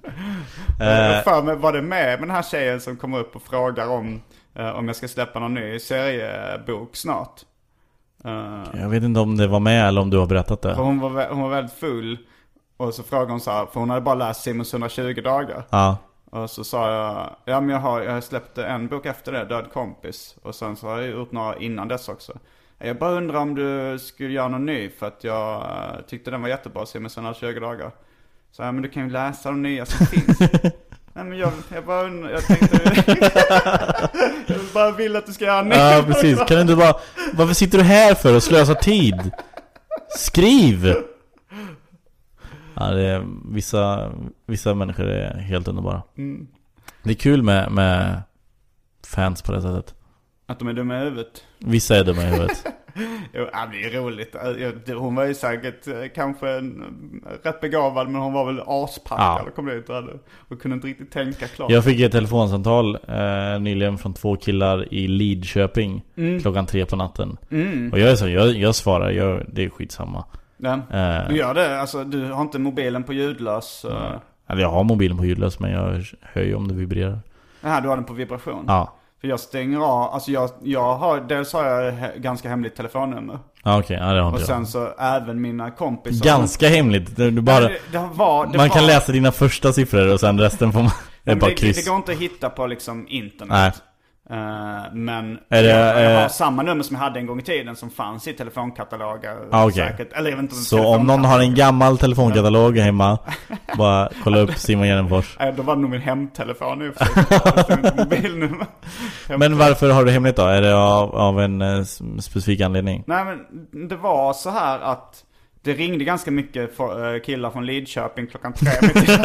Jag för mig, var det med med den här tjejen som kommer upp och frågar om uh, om jag ska släppa någon ny seriebok snart. Uh, jag vet inte om det var med eller om du har berättat det. Hon var, hon var väldigt full. Och så frågade hon så här, för hon hade bara läst Simons hundratjugo dagar. Ja. Och så sa jag, ja men jag har, jag har släppt en bok efter det, Död kompis. Och sen så har jag gjort några innan dess också. Jag bara undrar om du skulle göra någon ny, för att jag tyckte den var jättebra, Simons hundratjugo dagar. Så ja, men du kan ju läsa de nya som finns. Nej men jag, jag bara undrar, jag tänkte jag bara vill att du ska göra ny. Ja precis, kan du inte bara, varför sitter du här för att slösa tid? Skriv! Ja, det är, vissa, vissa människor är helt underbara. Mm. Det är kul med, med fans på det sättet. Att de är dumma i huvudet. Vissa är dumma i huvudet. Jo, det är roligt. Hon var ju säkert kanske en, rätt begåvad, men hon var väl aspackad. Ja. Kom dit och, hade, och kunde inte riktigt tänka klart. Jag fick ett telefonsamtal eh, nyligen från två killar i Lidköping mm. klockan tre på natten. Mm. Och jag är så, jag, jag svarar, jag, det är skitsamma. Ja. Eh. Du gör det, alltså du har inte mobilen på ljudlös. Mm. Eller jag har mobilen på ljudlös, men jag hör ju om det vibrerar. Jaha, du har den på vibration? Ja. För jag stänger av, alltså jag, jag har, dels har jag he, ganska hemligt telefonnummer. Ja okej, okay. Ja, det har inte och sen jag. Så även mina kompisar. Ganska som, hemligt, du bara, det, det var, det man var, kan läsa dina första siffror och sen resten får man, det är bara det, kryss. Det går inte att hitta på liksom internet. Nej. Uh, men är det, jag, jag har äh, samma nummer som jag hade en gång i tiden som fanns i telefonkataloger. Ah, okay. Säkert. Eller jag vet inte om så om någon har en gammal telefonkatalog hemma, bara kolla upp Simon Gärdenfors. Nej, då var det nog min hemtelefon nu. För men varför har du hemligt då? Är det av, av en uh, specifik anledning? Nej, men det var så här att det ringde ganska mycket för, uh, killar från Lidköping klockan tre.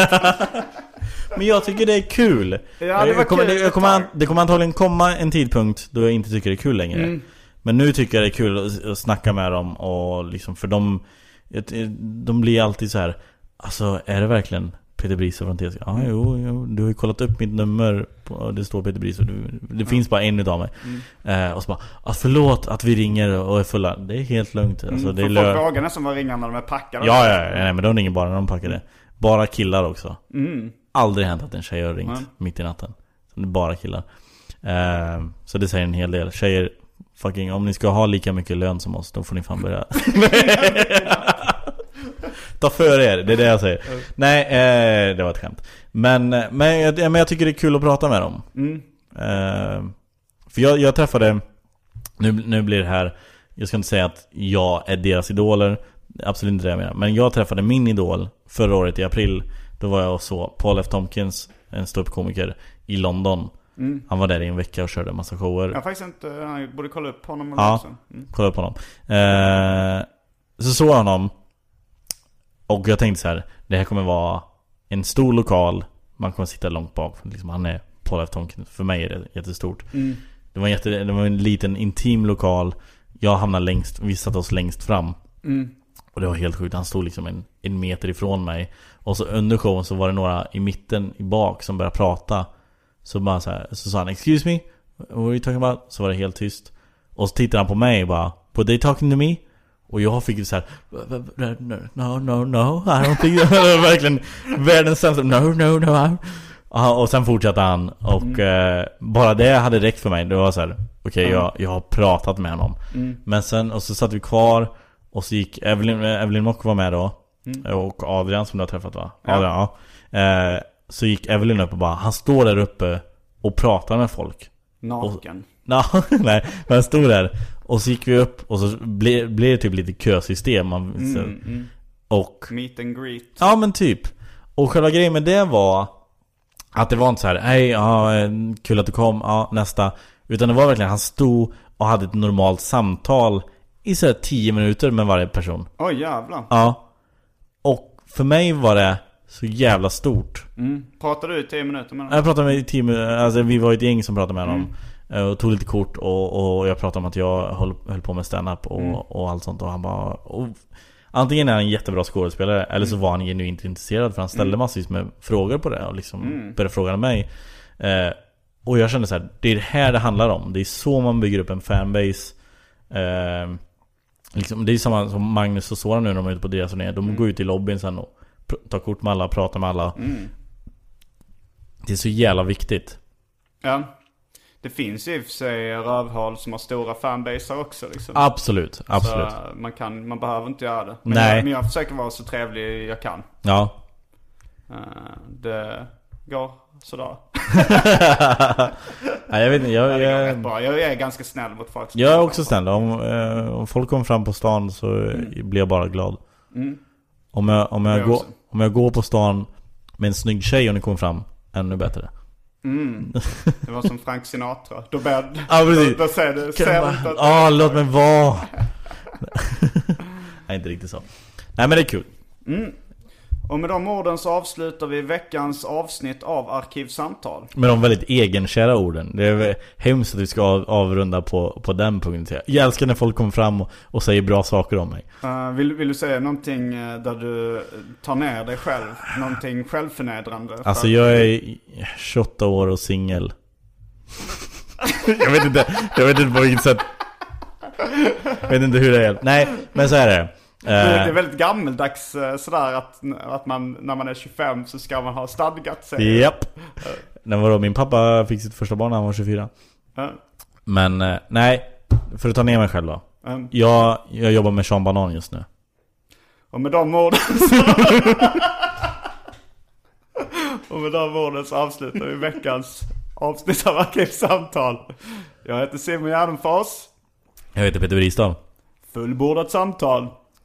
Men jag tycker det är kul. Ja, det, var jag kommer, kul det, jag kommer an, det kommer antagligen komma en tidpunkt då jag inte tycker det är kul längre. Mm. Men nu tycker jag det är kul att, att snacka med dem. Och liksom, för de, de blir alltid så här. Alltså, är det verkligen Peter Briso från T S K? Ja, jo, jo, du har ju kollat upp mitt nummer och det står Peter Briso. Det, det mm. finns bara en utav mig. Mm. eh, Och så bara, ah, förlåt att vi ringer och är fulla. Det är helt lugnt. Alltså, mm, det är lö- frågorna som var ringande när de är packade. Ja, ja, ja, nej, men de ringer bara när de packar det. Bara killar också. Mm. Aldrig hänt att en tjej har ringt mm. mitt i natten. Så det är bara killar. eh, Så det säger en hel del. Tjejer, fucking, om ni ska ha lika mycket lön som oss, då får ni fan börja. Ta för er, det är det jag säger. mm. Nej, eh, det var ett skämt. Men, men, jag, men jag tycker det är kul att prata med dem. mm. eh, För jag, jag träffade nu, nu blir det här, jag ska inte säga att jag är deras idoler, absolut inte det jag menar. Men jag träffade min idol förra året i april. Då var jag och så Paul F. Tompkins en ståuppkomiker i London. Mm. Han var där i en vecka och körde en massa shower. Jag har faktiskt inte, jag borde kolla upp honom. Ja, också. Mm. kolla upp honom. Eh, så såg jag honom. Och jag tänkte så här, det här kommer vara en stor lokal. Man kommer sitta långt bak. Liksom, han är Paul F. Tompkins. För mig är det jättestort. Mm. Det, var en jätte, det var en liten intim lokal. Jag hamnade längst, vi satt oss längst fram. Mm. Och det var helt sjukt. Han stod liksom en, en meter ifrån mig. Och så under showen så var det några i mitten, i bak, som började prata. Så bara så här, så sa han, excuse me, what are you talking about? Så var det helt tyst. Och så tittade han på mig och bara, were they talking to me? Och jag fick så här, no, no, no, I don't think that. Det var verkligen världens sämsta, no, no, no. Och sen fortsatte han. Och mm. eh, bara det hade räckt för mig. Det var så här, okej, okay, mm. jag, jag har pratat med honom. Mm. Men sen, och så satt vi kvar. Och så gick Evelyn, Evelyn Mock var med då. Mm. Och Adrian som du har träffat, va? Ja. Adrian, ja. Eh, så gick Evelyn upp och bara, han står där uppe och pratar med folk. Naken. Och, nej, men han stod där. Och så gick vi upp och så blev, blev det typ lite kösystem. Man, mm, så, mm. Och meet and greet. Ja, men typ. Och själva grejen med det var att det var inte så här, hej, ja, kul att du kom, ja, nästa. Utan det var verkligen, han stod och hade ett normalt samtal i så här tio minuter med varje person. Oj, oh, jävlar. Ja. Och för mig var det så jävla stort. Mm. Pratade du i tio minuter med honom? Jag pratade med i tio minuter, alltså vi var ett gäng som pratade med honom. Mm. Och tog lite kort och, och jag pratade om att jag höll, höll på med stand-up och, mm. och allt sånt. Och han bara... Och, antingen är han en jättebra skådespelare eller så var han genuint intresserad, för han ställde mm. massvis med frågor på det och liksom mm. började fråga mig. Eh, och jag kände så här, det är det här det handlar om. Det är så man bygger upp en fanbase. Eh, liksom, det är samma som Magnus och Soran nu när de är ute på deras turné. De mm. går ut i lobbyn sen och pr- tar kort med alla, pratar med alla. Mm. Det är så jävla viktigt. Ja. Det finns ju i och för sig rövhål som har stora fanbaser också liksom. Absolut, absolut. Så man, kan, man behöver inte göra det. Men, Nej. Jag, men jag försöker vara så trevlig jag kan. Ja. Uh, det går sådär. Nej, jag vet inte. Jag, ja, det går jag, rätt bra. Jag är ganska snäll mot folk. Jag är också snäll. Om, eh, om folk kommer fram på stan så mm. blir jag bara glad. Mm. Om, jag, om, jag jag går, om jag går på stan med en snygg tjej och ni kommer fram, ännu bättre. Mm. Det var som Frank Sinatra. Då började ja, då, då säger du Ja, ah, låt mig vara. Nej, inte riktigt så. Nej, men det är kul. Mm. Och med de orden så avslutar vi veckans avsnitt av Arkivsamtal. Med de väldigt egenkära orden. Det är hemskt att vi ska av, avrunda på, på den punkten. Jag älskar när folk kommer fram och, och säger bra saker om mig. Uh, vill, vill du säga någonting där du tar ner dig själv? Någonting självförnedrande? Alltså jag är tjugoåtta år och singel. jag vet inte Jag vet inte på vilket sätt. Jag vet inte hur det är. Nej, men så är det. Det är väldigt gammeldags sådär att, att man, när man är tjugofem så ska man ha stadgat sig. Japp. När var då min pappa fick sitt första barn när han var tjugofyra. Mm. Men nej, för att ta ner mig själv då. Mm. Jag, jag jobbar med Sean Banan just nu. Och med de orden så... Och med de orden så avslutar vi veckans avsnitt av Arkivsamtal. Jag heter Simon Gärdenfors. Jag heter Peter Bristav. Fullbordat samtal.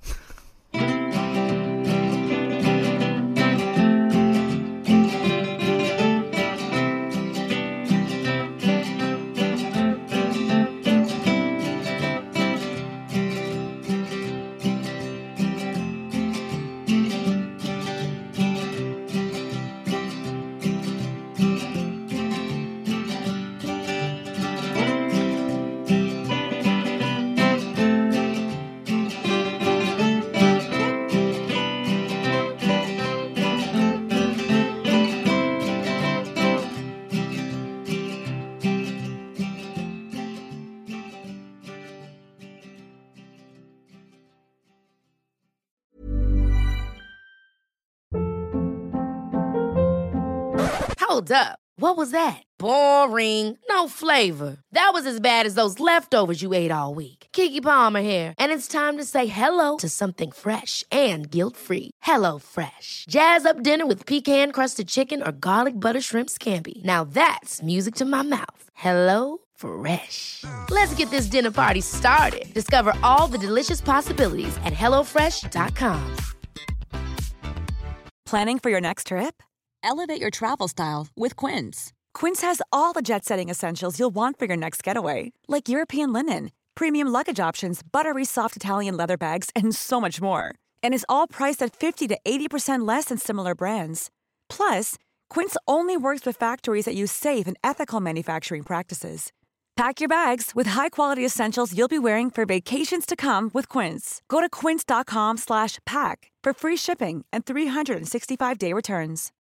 Hold up. What was that? Boring. No flavor. That was as bad as those leftovers you ate all week. Keke Palmer here, and it's time to say hello to something fresh and guilt-free. Hello Fresh. Jazz up dinner with pecan-crusted chicken or garlic butter shrimp scampi. Now that's music to my mouth. Hello Fresh. Let's get this dinner party started. Discover all the delicious possibilities at hello fresh dot com. Planning for your next trip? Elevate your travel style with Quince. Quince has all the jet-setting essentials you'll want for your next getaway, like European linen, premium luggage options, buttery soft Italian leather bags, and so much more. And is all priced at fifty to eighty percent less than similar brands. Plus, Quince only works with factories that use safe and ethical manufacturing practices. Pack your bags with high-quality essentials you'll be wearing for vacations to come with Quince. Go to quince.com slash pack for free shipping and three sixty-five day returns.